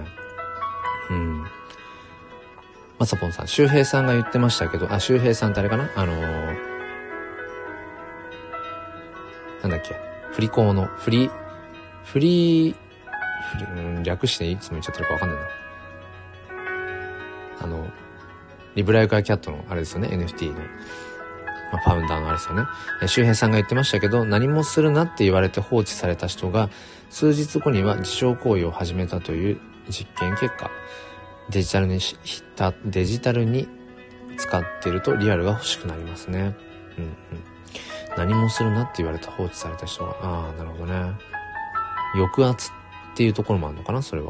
まさぽんさん、周平さんが言ってましたけど、周平さんってあれかな、なんだっけ、振り子の略していつも言っちゃってるかわかんないな。リブライカーキャットのあれですよね、 NFT のファウンダーのあれですよね。周平さんが言ってましたけど、何もするなって言われて放置された人が数日後には自傷行為を始めたという実験結果。デジタルに使っているとリアルが欲しくなりますね。何もするなって言われて放置された人が、なるほどね。抑圧っていうところもあるのかな、それは。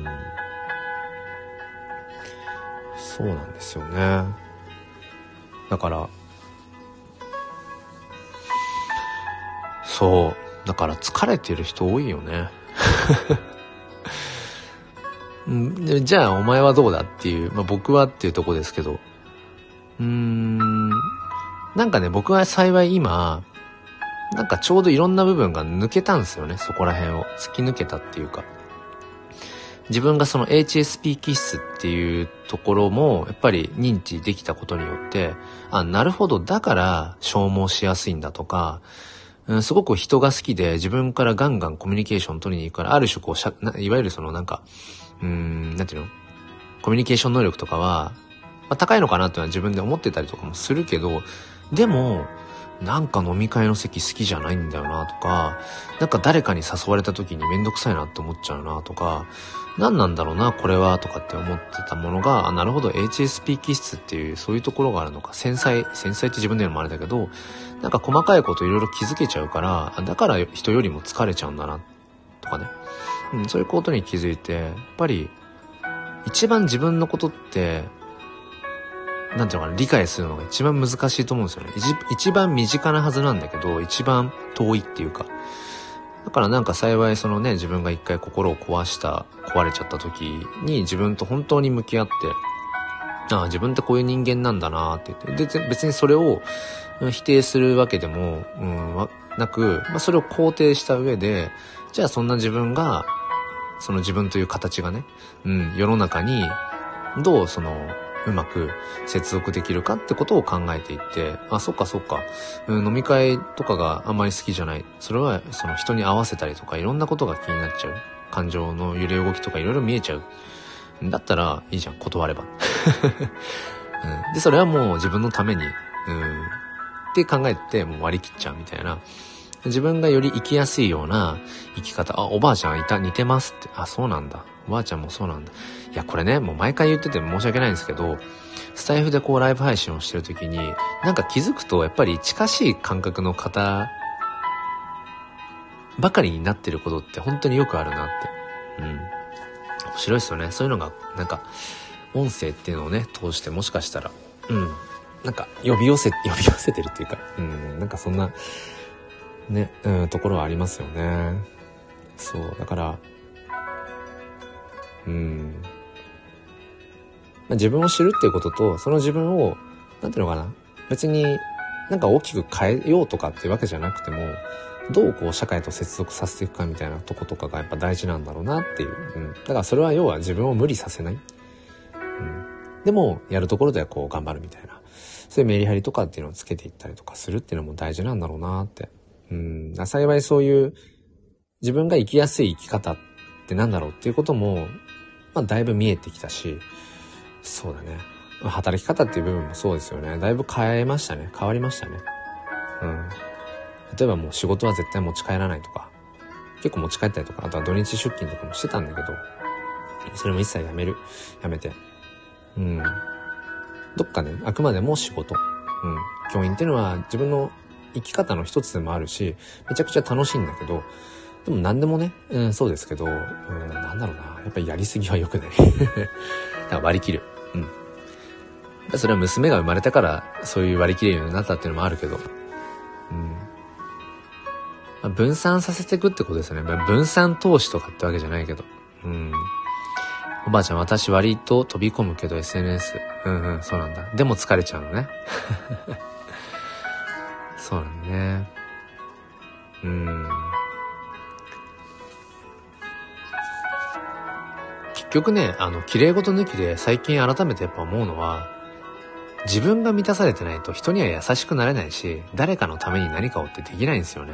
そうなんですよね。だから疲れてる人多いよね。じゃあお前はどうだっていう、僕はっていうとこですけど、なんかね、僕は幸い今なんかちょうどいろんな部分が抜けたんですよね。そこら辺を突き抜けたっていうか、自分がその HSP 気質っていうところもやっぱり認知できたことによって、なるほど、だから消耗しやすいんだとか、すごく人が好きで自分からガンガンコミュニケーション取りに行くから、ある種いわゆるそのなんかなんていうの、コミュニケーション能力とかは、高いのかなっていうのは自分で思ってたりとかもするけど、でもなんか飲み会の席好きじゃないんだよなとか、なんか誰かに誘われた時にめんどくさいなって思っちゃうなとか、何なんだろうなこれはとかって思ってたものが、なるほど HSP 気質っていうそういうところがあるのか、繊細って自分で言うのもあれだけど、なんか細かいこといろいろ気づけちゃうから、だから人よりも疲れちゃうんだなとかね、そういうことに気づいて、やっぱり一番自分のことってなんていうのかな、理解するのが一番難しいと思うんですよね。一番身近なはずなんだけど、一番遠いっていうか。だからなんか幸いそのね、自分が一回心を壊れちゃった時に自分と本当に向き合って、ああ、自分ってこういう人間なんだなって言って、で、別にそれを否定するわけでも、なく、それを肯定した上で、じゃあそんな自分が、その自分という形がね、世の中にどううまく接続できるかってことを考えていって、あ、そっか、飲み会とかがあんまり好きじゃない。それはその人に合わせたりとかいろんなことが気になっちゃう。感情の揺れ動きとかいろいろ見えちゃう。だったらいいじゃん、断れば。で、それはもう自分のために、って考えてもう割り切っちゃうみたいな。自分がより生きやすいような生き方。あ、おばあちゃん似てますって。あ、そうなんだ。おばあちゃんもそうなんだ。いや、これね、もう毎回言ってて申し訳ないんですけど、スタイフでこうライブ配信をしてるときに、なんか気づくとやっぱり近しい感覚の方ばかりになってることって本当によくあるなって。面白いですよね。そういうのが、なんか、音声っていうのをね、通してもしかしたら、なんか呼び寄せてるっていうか、なんかそんな、ね、ところはありますよね。そう、だから、自分を知るっていうことと、その自分を、なんていうのかな、別になんか大きく変えようとかっていうわけじゃなくても、どうこう社会と接続させていくかみたいなとことかがやっぱ大事なんだろうなっていう。だからそれは要は自分を無理させない。でも、やるところではこう頑張るみたいな。そういうメリハリとかっていうのをつけていったりとかするっていうのも大事なんだろうなって。幸いそういう自分が生きやすい生き方ってなんだろうっていうことも、だいぶ見えてきたし、そうだね。働き方っていう部分もそうですよね。だいぶ変わりましたね。例えばもう仕事は絶対持ち帰らないとか、結構持ち帰ったりとか、あとは土日出勤とかもしてたんだけど、それも一切やめて。どっかね、あくまでも仕事。教員っていうのは自分の生き方の一つでもあるし、めちゃくちゃ楽しいんだけど、でも何でもね、そうですけど、なんだろうな、やっぱりやりすぎは良くない。だから割り切る。それは娘が生まれたからそういう割り切れるようになったっていうのもあるけど、分散させていくってことですよね。分散投資とかってわけじゃないけど。おばあちゃん、私割と飛び込むけど SNS。そうなんだ。でも疲れちゃうのね。そうなんね。結局ね、綺麗事抜きで最近改めてやっぱ思うのは、自分が満たされてないと人には優しくなれないし、誰かのために何かをってできないんですよね。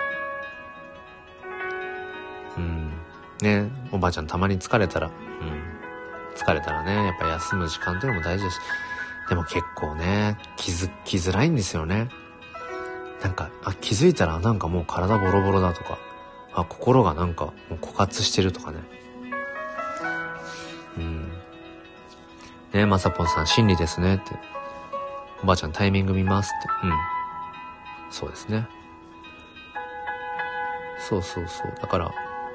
ね、おばあちゃんたまに疲れたらね、やっぱ休む時間っていうのも大事だし、でも結構ね、気づきづらいんですよね。なんか、気づいたらなんかもう体ボロボロだとか、心がなんかもう枯渇してるとかね。ね、まさぽんさん、真理ですねって。おばあちゃんタイミング見ますって。そうですね。そう。だから、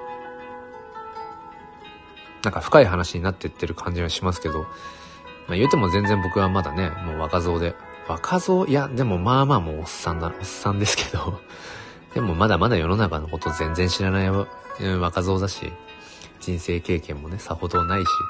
なんか深い話になってってる感じはしますけど、言うても全然僕はまだね、もう若造で。いや、でもまあもうおっさんですけど、でもまだまだ世の中のこと全然知らない若造だし、人生経験もね、さほどないし、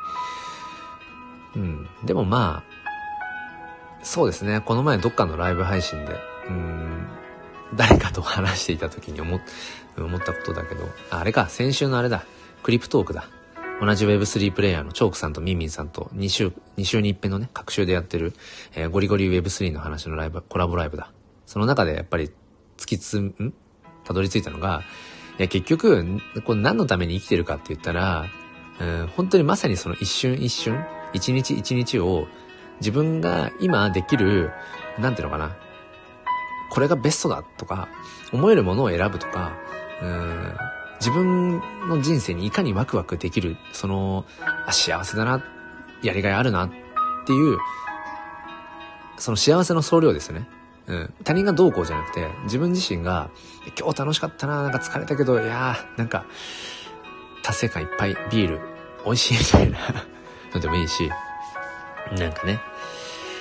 でもそうですね、この前どっかのライブ配信で、誰かと話していた時に思ったことだけど、あれか、先週のあれだ、クリプトークだ。同じ Web3 プレイヤーのチョークさんとミンミンさんと2週に一遍のね、各週でやってる、ゴリゴリ Web3 の話のライブ、コラボライブだ。その中でやっぱりたどり着いたのが、いや結局、これ何のために生きてるかって言ったら、本当にまさにその一瞬、一日一日を自分が今できる、なんていうのかな、これがベストだとか、思えるものを選ぶとか、自分の人生にいかにワクワクできる、幸せだな、やりがいあるなっていう、その幸せの総量ですね。他人がどうこうじゃなくて、自分自身が、今日楽しかったな、なんか疲れたけど、いやー、なんか、達成感いっぱい、ビール、美味しいみたいなのでもいいし、なんかね、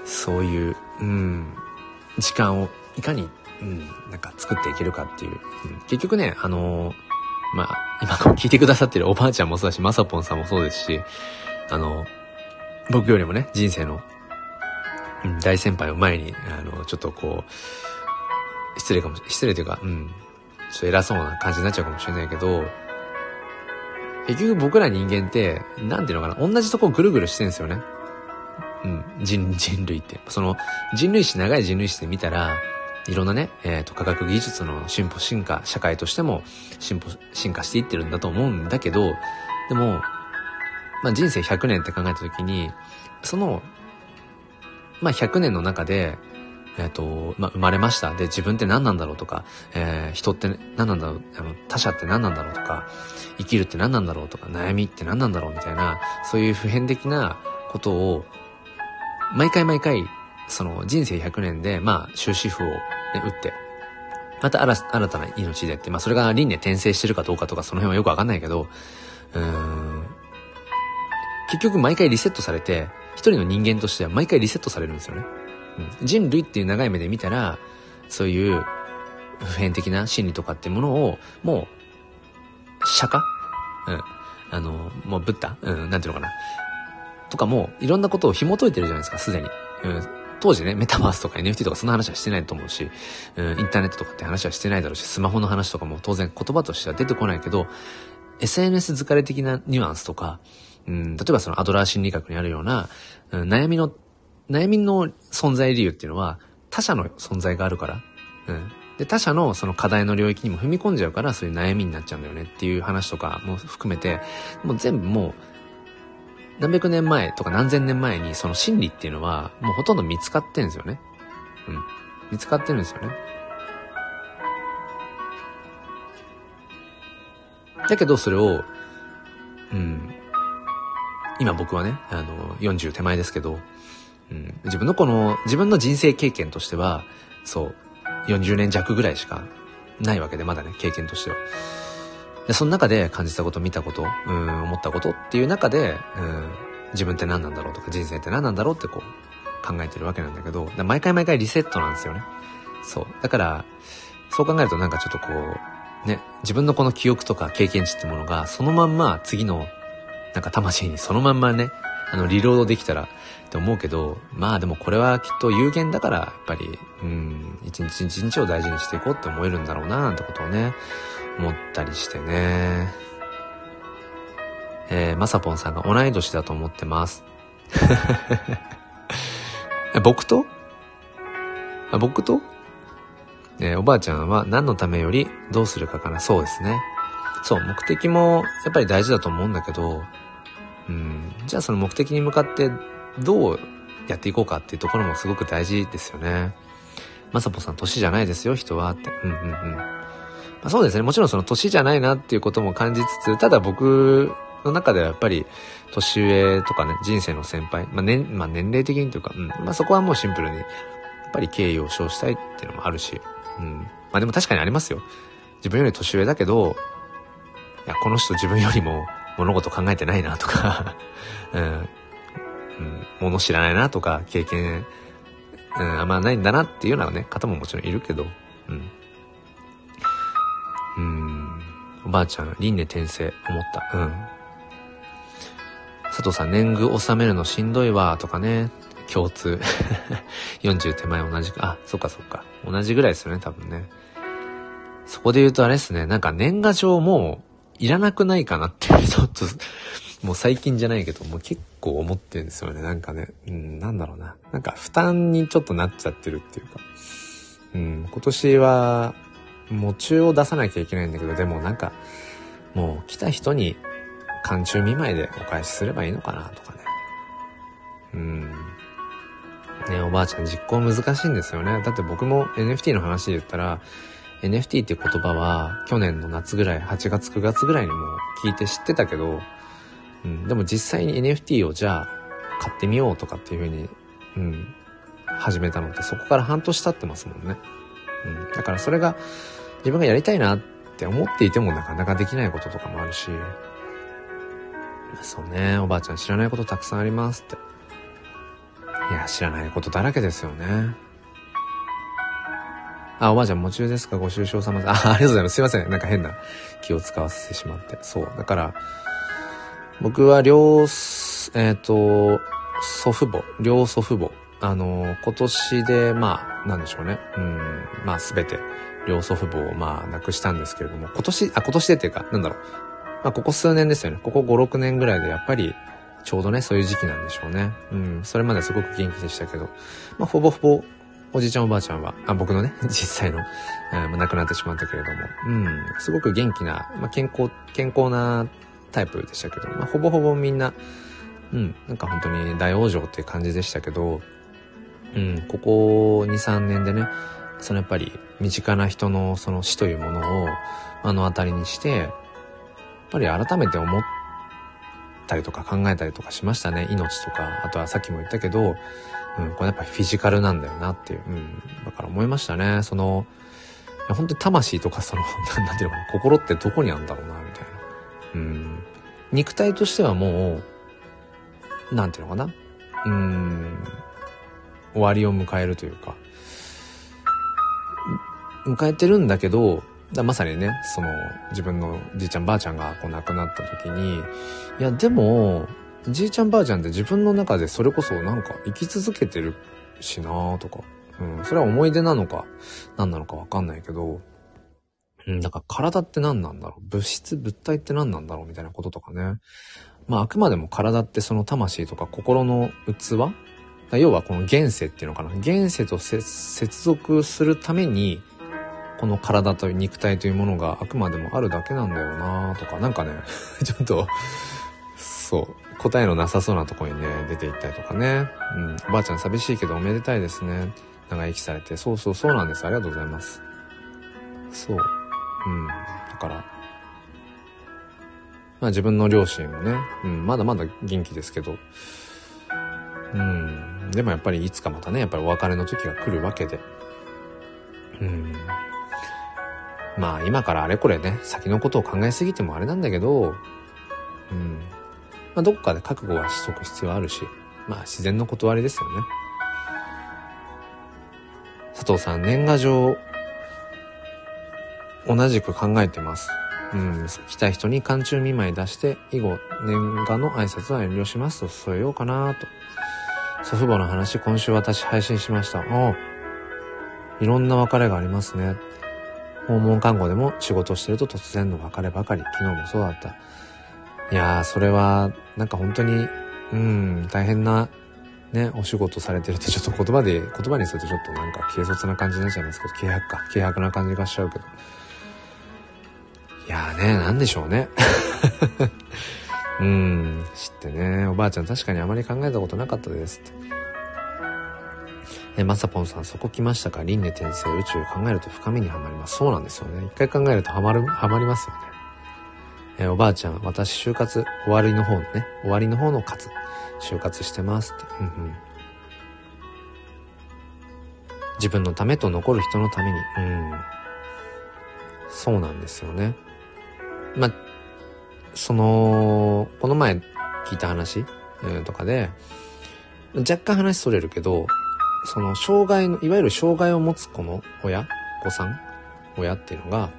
そういう、時間をいかに、なんか作っていけるかっていう。結局ね、今聞いてくださってるおばあちゃんもそうだし、まさぽんさんもそうですし、僕よりもね、人生の、大先輩を前に、ちょっとこう、失礼というか、ちょっと偉そうな感じになっちゃうかもしれないけど、結局僕ら人間って、なんていうのかな、同じとこぐるぐるしてるんですよね。人類って。長い人類史で見たら、いろんなね、科学技術の進化、社会としても進化していってるんだと思うんだけど、でも、人生100年って考えたときに、その、100年の中で、生まれました。で、自分って何なんだろうとか、人って何なんだろう、他者って何なんだろうとか、生きるって何なんだろうとか、悩みって何なんだろうみたいな、そういう普遍的なことを、毎回、その人生100年で、終止符を、打って、また新たな命でって、それが輪廻転生してるかどうかとか、その辺はよくわかんないけど、結局毎回リセットされて、一人の人間としては毎回リセットされるんですよね。人類っていう長い目で見たら、そういう普遍的な真理とかっていうものを、もう、釈迦もうブッダなんていうのかな。とかも、いろんなことを紐解いてるじゃないですか、すでに。当時ね、メタバースとか NFT とかそんな話はしてないと思うし、インターネットとかって話はしてないだろうし、スマホの話とかも当然言葉としては出てこないけど、SNS 疲れ的なニュアンスとか、例えばそのアドラー心理学にあるような、悩みの存在理由っていうのは他者の存在があるから、で他者のその課題の領域にも踏み込んじゃうから、そういう悩みになっちゃうんだよねっていう話とかも含めて、もう全部もう何百年前とか何千年前にその真理っていうのはもうほとんど見つかってるんですよね。見つかってるんですよね。だけどそれを、今僕はね、40手前ですけど、自分の人生経験としては、そう、40年弱ぐらいしかないわけで、まだね、経験としては。でその中で感じたこと、見たこと、思ったことっていう中で、自分って何なんだろうとか、人生って何なんだろうってこう、考えてるわけなんだけど、毎回リセットなんですよね。そう。だから、そう考えるとなんかちょっとこう、ね、自分のこの記憶とか経験値ってものが、そのまんま次の、なんか魂にそのまんまね、リロードできたらって思うけど、でもこれはきっと有限だから、やっぱり、一日一日を大事にしていこうって思えるんだろうな、なんてことをね、思ったりしてね。まさぽんさんが同い年だと思ってます。僕と、おばあちゃんは何のためよりどうするかかな。そうですね。そう、目的もやっぱり大事だと思うんだけど、じゃあその目的に向かってどうやっていこうかっていうところもすごく大事ですよね。まさぽさん、年じゃないですよ、人はって。そうですね。もちろんその年じゃないなっていうことも感じつつ、ただ僕の中ではやっぱり年上とかね、人生の先輩、年齢的にというか、そこはもうシンプルにやっぱり敬意を表したいっていうのもあるし、でも確かにありますよ。自分より年上だけど、いや、この人自分よりも物事考えてないなとか、物知らないなとか、経験、あんまないんだなっていうようなね、方ももちろんいるけど、おばあちゃん、輪廻転生、思った。佐藤さん、年貢納めるのしんどいわ、とかね、共通。40手前同じか、そっか。同じぐらいですよね、多分ね。そこで言うとあれですね、なんか年賀状もいらなくないかなっていう、ちょっと、もう最近じゃないけど、もう結構思ってるんですよね、なんかね。なんだろうな。なんか負担にちょっとなっちゃってるっていうか。今年は、喪中を出さなきゃいけないんだけど、でもなんか、もう来た人に寒中見舞いでお返しすればいいのかなとかね。ね、おばあちゃん実行難しいんですよね。だって僕も NFT の話で言ったら、NFT っていう言葉は去年の夏ぐらい、8月9月ぐらいにも聞いて知ってたけど、でも実際に NFT をじゃあ買ってみようとかっていう風に、始めたのってそこから半年経ってますもんね。だからそれが自分がやりたいなって思っていてもなかなかできないこととかもあるし、そうね、おばあちゃん知らないことたくさんありますって。 や、知らないことだらけですよね。あ、おばあちゃん、夢中ですか？ご愁傷様です。ありがとうございます。すいません。なんか変な気を使わせてしまって。そう。だから、僕は両祖父母。今年で、なんでしょうね。すべて、両祖父母を、亡くしたんですけれども、今年でっていうか、ここ数年ですよね。ここ5、6年ぐらいで、やっぱり、ちょうどね、そういう時期なんでしょうね。それまですごく元気でしたけど、ほぼほぼ、おじいちゃんおばあちゃんは、僕のね、実際の、亡くなってしまったけれども、すごく元気な、健康なタイプでしたけど、ほぼほぼみんな、なんか本当に大往生っていう感じでしたけど、ここ2、3年でね、やっぱり身近な人のその死というものを目の当たりにして、やっぱり改めて思ったりとか考えたりとかしましたね。命とか、あとはさっきも言ったけど、これやっぱりフィジカルなんだよなっていう、だから思いましたね。本当に魂とかなんていうのかな、心ってどこにあるんだろうな、みたいな。肉体としてはもう、なんていうのかな、終わりを迎えるというか、迎えてるんだけど、まさにね、自分のじいちゃんばあちゃんが亡くなった時に、いやでも、じいちゃんばあちゃんって自分の中でそれこそなんか生き続けてるしなーとか、それは思い出なのか何なのかわかんないけど、だから体って何なんだろう、物体って何なんだろうみたいなこととかね。あくまでも体ってその魂とか心の器？要はこの現世っていうのかな。現世と接続するために、この体という肉体というものがあくまでもあるだけなんだよなとか、なんかね、ちょっと、答えのなさそうなところにね、出ていったりとかね。おばあちゃん寂しいけどおめでたいですね。長生きされて。そうなんです。ありがとうございます。だから、自分の両親もね、まだまだ元気ですけど、でもやっぱりいつかまたね、やっぱりお別れの時が来るわけで、今からあれこれね、先のことを考えすぎてもあれなんだけど、どこかで覚悟はしとく必要あるし、自然の断りですよね。佐藤さん、年賀状、同じく考えてます。来た人に寒中見舞い出して、以後、年賀の挨拶は遠慮しますと添えようかなと。祖父母の話、今週私配信しました。いろんな別れがありますね。訪問看護でも仕事してると突然の別ればかり。昨日もそうだった。いやー、それは、なんか本当に、大変な、ね、お仕事されてるってちょっと言葉にするとちょっとなんか軽率な感じになっちゃいますけど、軽薄な感じがしちゃうけど。いやーね、なんでしょうね。知ってね、おばあちゃん確かにあまり考えたことなかったですって。まさぽんさん、そこ来ましたか？輪廻転生、宇宙考えると深みにはまります。そうなんですよね。一回考えるとはまりますよね。おばあちゃん、私就活終わりの方の活、就活してますって。自分のためと残る人のために。そうなんですよね。この前聞いた話、とかで、若干話それるけど、いわゆる障害を持つ子の親っていうのが、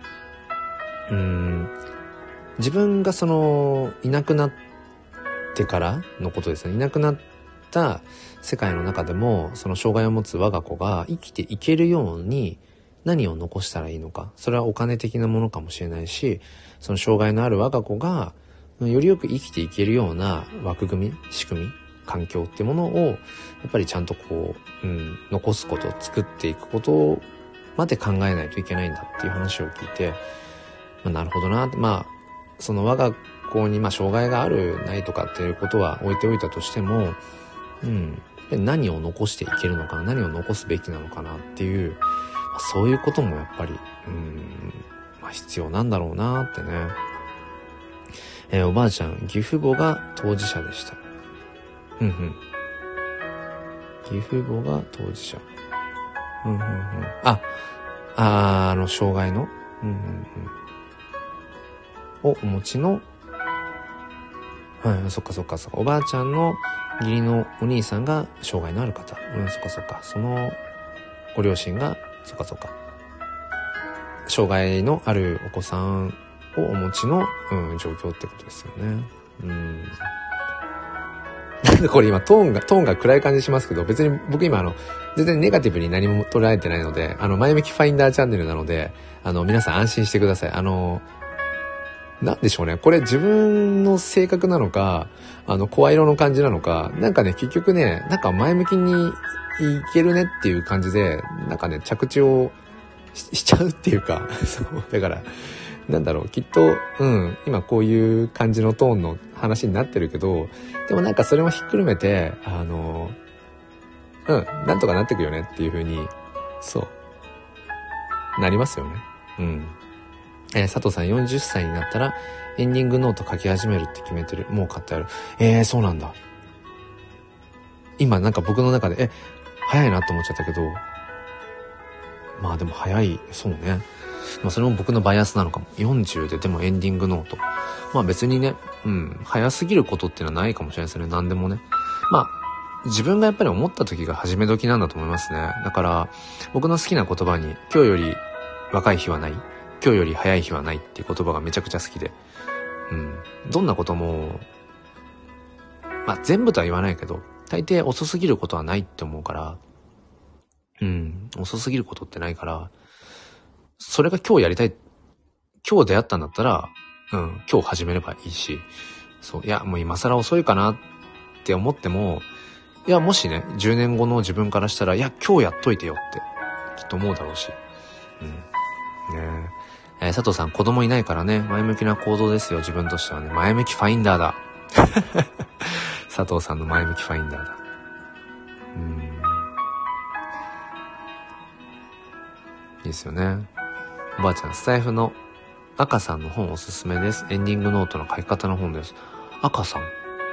自分がいなくなってからのことですね。いなくなった世界の中でも、障害を持つ我が子が生きていけるように何を残したらいいのか。それはお金的なものかもしれないし、障害のある我が子がよりよく生きていけるような枠組み、仕組み、環境ってものをやっぱりちゃんと残すこと、作っていくことまで考えないといけないんだっていう話を聞いて、なるほどなって。我が子に障害があるないとかっていうことは置いておいたとしても、何を残していけるのかな、何を残すべきなのかなっていう、そういうこともやっぱり必要なんだろうなってね。おばあちゃん、義父母が当事者でした。義父母が当事者。障害のをお持ちの、そっか。おばあちゃんの義理のお兄さんが障害のある方。そっかそっか。そのご両親が、そっかそっか。障害のあるお子さんをお持ちの、状況ってことですよね。なんでこれ今トーンが暗い感じしますけど、別に僕今全然ネガティブに何も捉えてないので、前向きファインダーチャンネルなので、皆さん安心してください。なんでしょうね。これ自分の性格なのか、声色の感じなのか、なんかね、結局ね、なんか前向きにいけるねっていう感じで、なんかね、着地をしちゃうっていうか、そう、だから、なんだろう、きっと、今こういう感じのトーンの話になってるけど、でもなんかそれもひっくるめて、なんとかなってくよねっていう風に、そう、なりますよね。佐藤さん40歳になったらエンディングノート書き始めるって決めてる。もう買ってある。そうなんだ。今なんか僕の中で、早いなと思っちゃったけど、まあでも早い、そうね。まあそれも僕のバイアスなのかも。40ででもエンディングノート。まあ別にね、早すぎることっていうのはないかもしれないですね。何でもね。まあ、自分がやっぱり思った時が始め時なんだと思いますね。だから、僕の好きな言葉に、今日より若い日はない。今日より早い日はないっていう言葉がめちゃくちゃ好きで。どんなことも、まあ全部とは言わないけど、大抵遅すぎることはないって思うから、遅すぎることってないから、それが今日やりたい、今日出会ったんだったら、今日始めればいいし、そう、いや、もう今更遅いかなって思っても、いや、もしね、10年後の自分からしたら、いや、今日やっといてよって、きっと思うだろうし。佐藤さん、子供いないからね、前向きな行動ですよ、自分としてはね。前向きファインダーだ。佐藤さんの前向きファインダーだ。いいですよね。おばあちゃん、スタイフの赤さんの本おすすめです。エンディングノートの書き方の本です。赤さん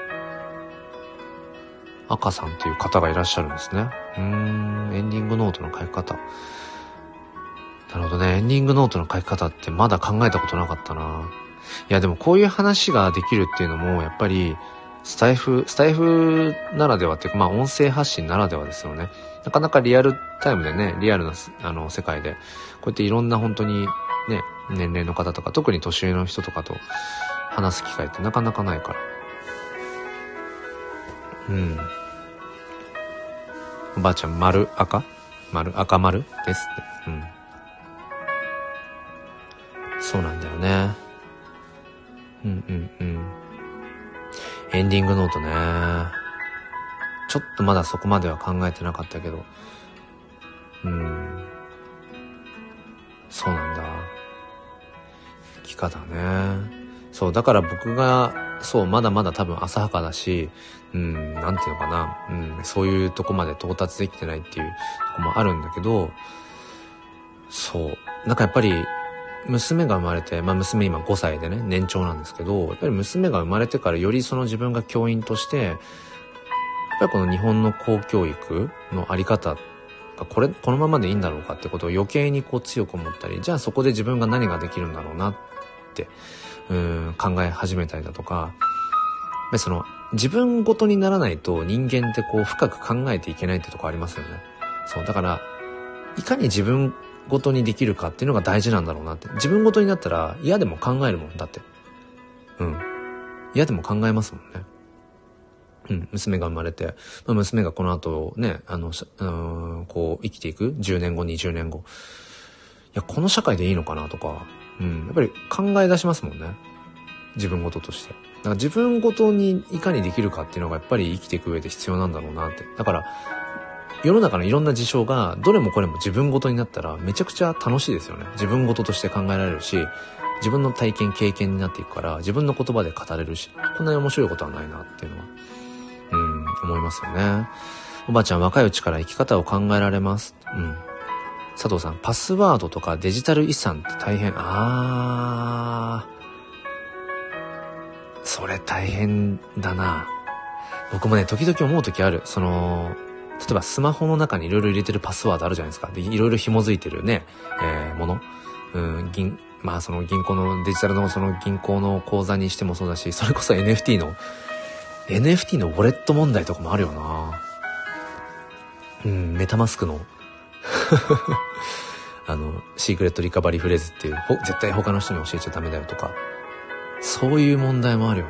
っていう方がいらっしゃるんですね。エンディングノートの書き方。なるほどね。エンディングノートの書き方ってまだ考えたことなかったな。いやでもこういう話ができるっていうのもやっぱりスタイフならではっていうか、まあ音声発信ならではですよね。なかなかリアルタイムでね、リアルな世界でこうやっていろんな本当にね、年齢の方とか特に年上の人とかと話す機会ってなかなかないから。おばあちゃん、丸赤ですって。そうなんだよね。エンディングノートね。ちょっとまだそこまでは考えてなかったけど。そうなんだ。生き方ね。そう、だから僕が、そう、まだまだ多分浅はかだし、なんていうのかな。そういうとこまで到達できてないっていうとこもあるんだけど、そう。なんかやっぱり、娘が生まれて、まあ娘今5歳でね、年長なんですけど、やっぱり娘が生まれてからよりその自分が教員として、やっぱりこの日本の公教育のあり方がこのままでいいんだろうかってことを余計にこう強く思ったり、じゃあそこで自分が何ができるんだろうなって、考え始めたりだとか、やっぱりその自分ごとにならないと人間ってこう深く考えていけないってとこありますよね。そう、だから、いかに自分ごとにできるかっていうのが大事なんだろうなって。自分ごとになったら嫌でも考えるもんだって。嫌でも考えますもんね。娘が生まれて、娘がこの後ね、こう生きていく10年後、20年後。いや、この社会でいいのかなとか、やっぱり考え出しますもんね。自分ごととして。だから自分ごとにいかにできるかっていうのがやっぱり生きていく上で必要なんだろうなって。だから、世の中のいろんな事象がどれもこれも自分ごとになったらめちゃくちゃ楽しいですよね。自分ごととして考えられるし、自分の体験経験になっていくから自分の言葉で語れるし、こんなに面白いことはないなっていうのは思いますよね。おばあちゃん、若いうちから生き方を考えられます。佐藤さん、パスワードとかデジタル遺産って大変。それ大変だな。僕もね、時々思う時ある。例えばスマホの中にいろいろ入れてるパスワードあるじゃないですか。で、いろいろ紐づいてるね、もの。その銀行のデジタルのその銀行の口座にしてもそうだし、それこそ NFT の NFT のウォレット問題とかもあるよな。メタマスクのシークレットリカバリーフレーズっていう絶対他の人に教えちゃダメだよとか、そういう問題もあるよ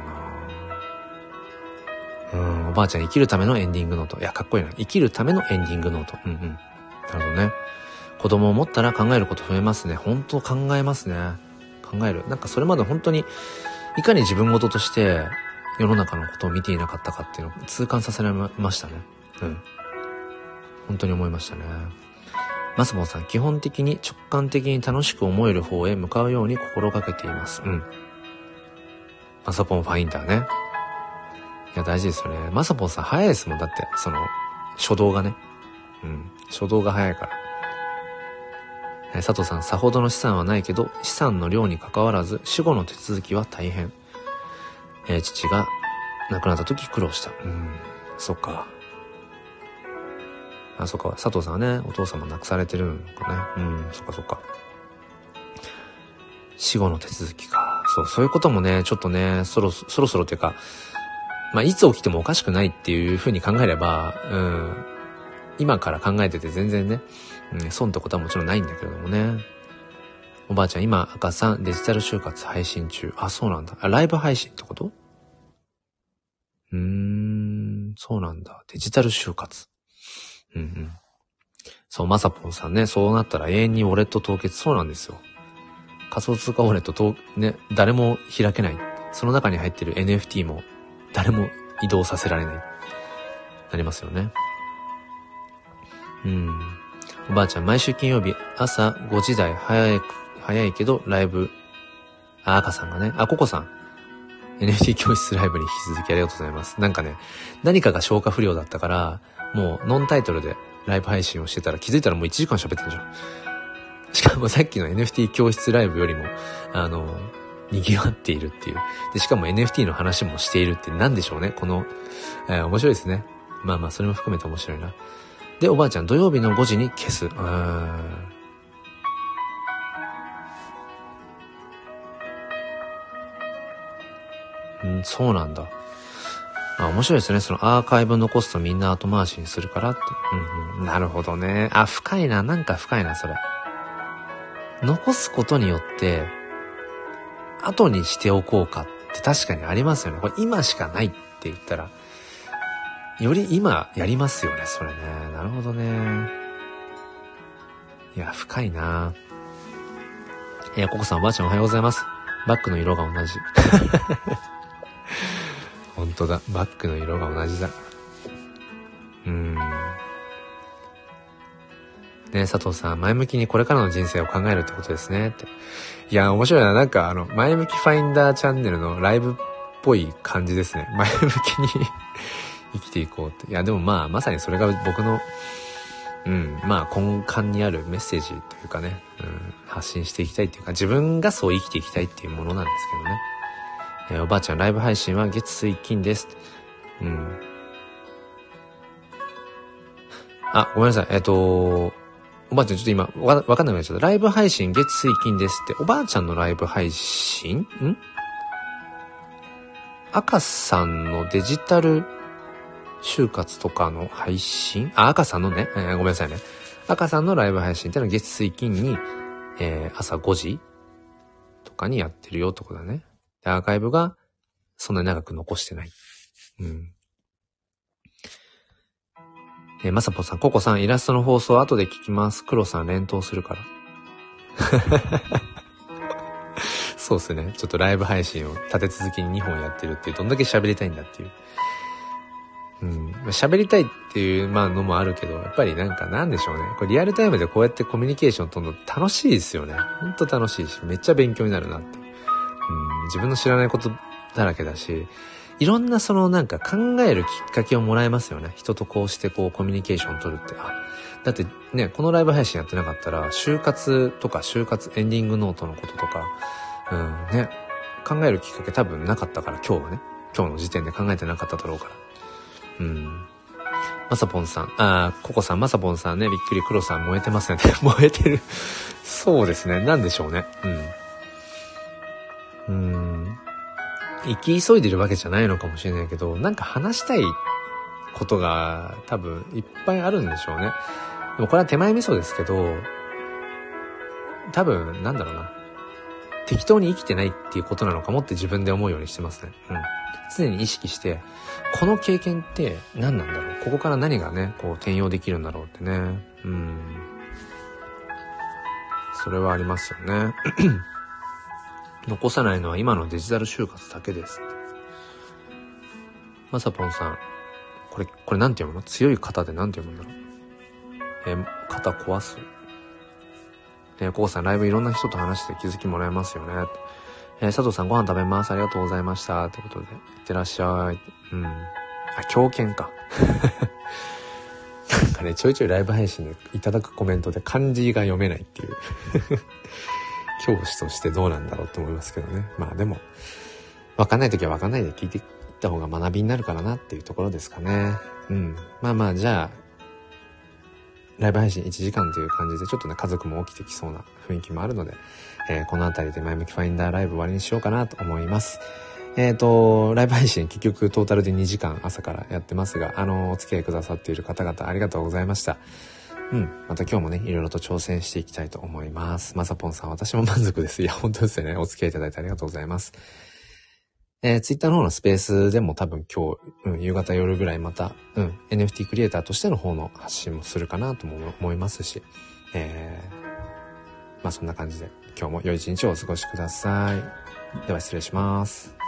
な。おばあちゃん生きるためのエンディングノート。いや、かっこいいな。生きるためのエンディングノート。なるほどね。子供を持ったら考えること増えますね。本当考えますね。考える。なんかそれまで本当にいかに自分事として世の中のことを見ていなかったかっていうのを痛感させられましたね。本当に思いましたね。マスボンさん、基本的に直感的に楽しく思える方へ向かうように心がけています。マサポンファインダーね。いや、大事ですよね。マサポンさん早いですもん。だって、初動がね。初動が早いから。佐藤さん、さほどの資産はないけど、資産の量に関わらず、死後の手続きは大変。父が亡くなった時苦労した。そっか。そっか。佐藤さんはね、お父様亡くされてるのかね。そっかそっか。死後の手続きか。そういうこともね、ちょっとね、そろそろっていうか、いつ起きてもおかしくないっていう風に考えれば、今から考えてて全然ね、損ってことはもちろんないんだけれどもね。おばあちゃん、今、赤さん、デジタル就活配信中。あ、そうなんだ。ライブ配信ってこと？そうなんだ。デジタル就活。そう、まさぽんさんね、そうなったら永遠にウォレット凍結。そうなんですよ。仮想通貨ウォレットね、誰も開けない。その中に入ってる NFT も誰も移動させられない。なりますよね。おばあちゃん、毎週金曜日朝5時台早いけどライブ、赤さんがね、ココさん、NFT 教室ライブに引き続きありがとうございます。なんかね、何かが消化不良だったから、もうノンタイトルでライブ配信をしてたら気づいたらもう1時間喋ってるじゃん。しかもさっきの NFT 教室ライブよりも、賑わっているっていう。で、しかも NFT の話もしているって何でしょうね。面白いですね。それも含めて面白いな。で、おばあちゃん、土曜日の5時に消す。そうなんだ。面白いですね。そのアーカイブ残すとみんな後回しにするからって。なるほどね。深いな。なんか深いな、それ。残すことによって、後にしておこうかって確かにありますよね。これ今しかないって言ったら、より今やりますよね、それね。なるほどね。いや、深いな。ココさん、おばあちゃんおはようございます。バッグの色が同じ。本当だ。バッグの色が同じだ。ね、佐藤さん、前向きにこれからの人生を考えるってことですねって。いや、面白いな。なんか前向きファインダーチャンネルのライブっぽい感じですね。前向きに生きていこうって。いや、でもまさにそれが僕の、根幹にあるメッセージというかね、発信していきたいっていうか、自分がそう生きていきたいっていうものなんですけどね。おばあちゃん、ライブ配信は月水金です。ごめんなさい。おばあちゃんちょっと今わかんなくなっちゃった。ライブ配信月水金ですって。おばあちゃんのライブ配信？赤さんのデジタル就活とかの配信？赤さんのね、ごめんなさいね。赤さんのライブ配信ってのは月水金に、朝5時とかにやってるよってことだね。で、アーカイブがそんなに長く残してない。まさぽさん、ココさん、イラストの放送後で聞きます。黒さん連投するから。そうですね。ちょっとライブ配信を立て続けに2本やってるっていう、どんだけ喋りたいんだっていう。喋りたいっていうのもあるけど、やっぱりなんでしょうね。これリアルタイムでこうやってコミュニケーション取るの楽しいですよね。ほんと楽しいし、めっちゃ勉強になるなって。自分の知らないことだらけだし、いろんな考えるきっかけをもらえますよね。人とこうしてコミュニケーションを取るって。だってね、このライブ配信やってなかったら、就活エンディングノートのこととか、考えるきっかけ多分なかったから、今日の時点で考えてなかっただろうから。まさぽんさん、ココさん、まさぽんさんね、びっくり、黒さん燃えてますよね。燃えてる。そうですね。なんでしょうね。 生き急いでるわけじゃないのかもしれないけど、なんか話したいことが多分いっぱいあるんでしょうね。でもこれは手前味噌ですけど、多分なんだろうな、適当に生きてないっていうことなのかもって自分で思うようにしてますね。常に意識して、この経験って何なんだろう、ここから何がねこう転用できるんだろうってね。それはありますよね。残さないのは今のデジタル就活だけです。まさぽんさん、これなんて読むの？強い肩でなんて読むんだろう。肩壊す。ココさん、ライブいろんな人と話して気づきもらえますよね。佐藤さん、ご飯食べます。ありがとうございました。ということで、いってらっしゃい。狂犬か。なんかね、ちょいちょいライブ配信でいただくコメントで漢字が読めないっていう。教師としてどうなんだろうと思いますけどね。まあでも、わかんないときはわかんないで聞いていった方が学びになるからなっていうところですかね。まあじゃあ、ライブ配信1時間という感じでちょっとね家族も起きてきそうな雰囲気もあるので、このあたりで前向きファインダーライブ終わりにしようかなと思います。ライブ配信結局トータルで2時間朝からやってますが、お付き合いくださっている方々ありがとうございました。また今日もねいろいろと挑戦していきたいと思います。まさぽんさん、私も満足です。いや本当ですよね。お付き合いいただいてありがとうございます。ツイッターの方のスペースでも多分今日、夕方夜ぐらいまた、NFT クリエイターとしての方の発信もするかなとも思いますし、まあそんな感じで今日も良い一日をお過ごしください。では失礼します。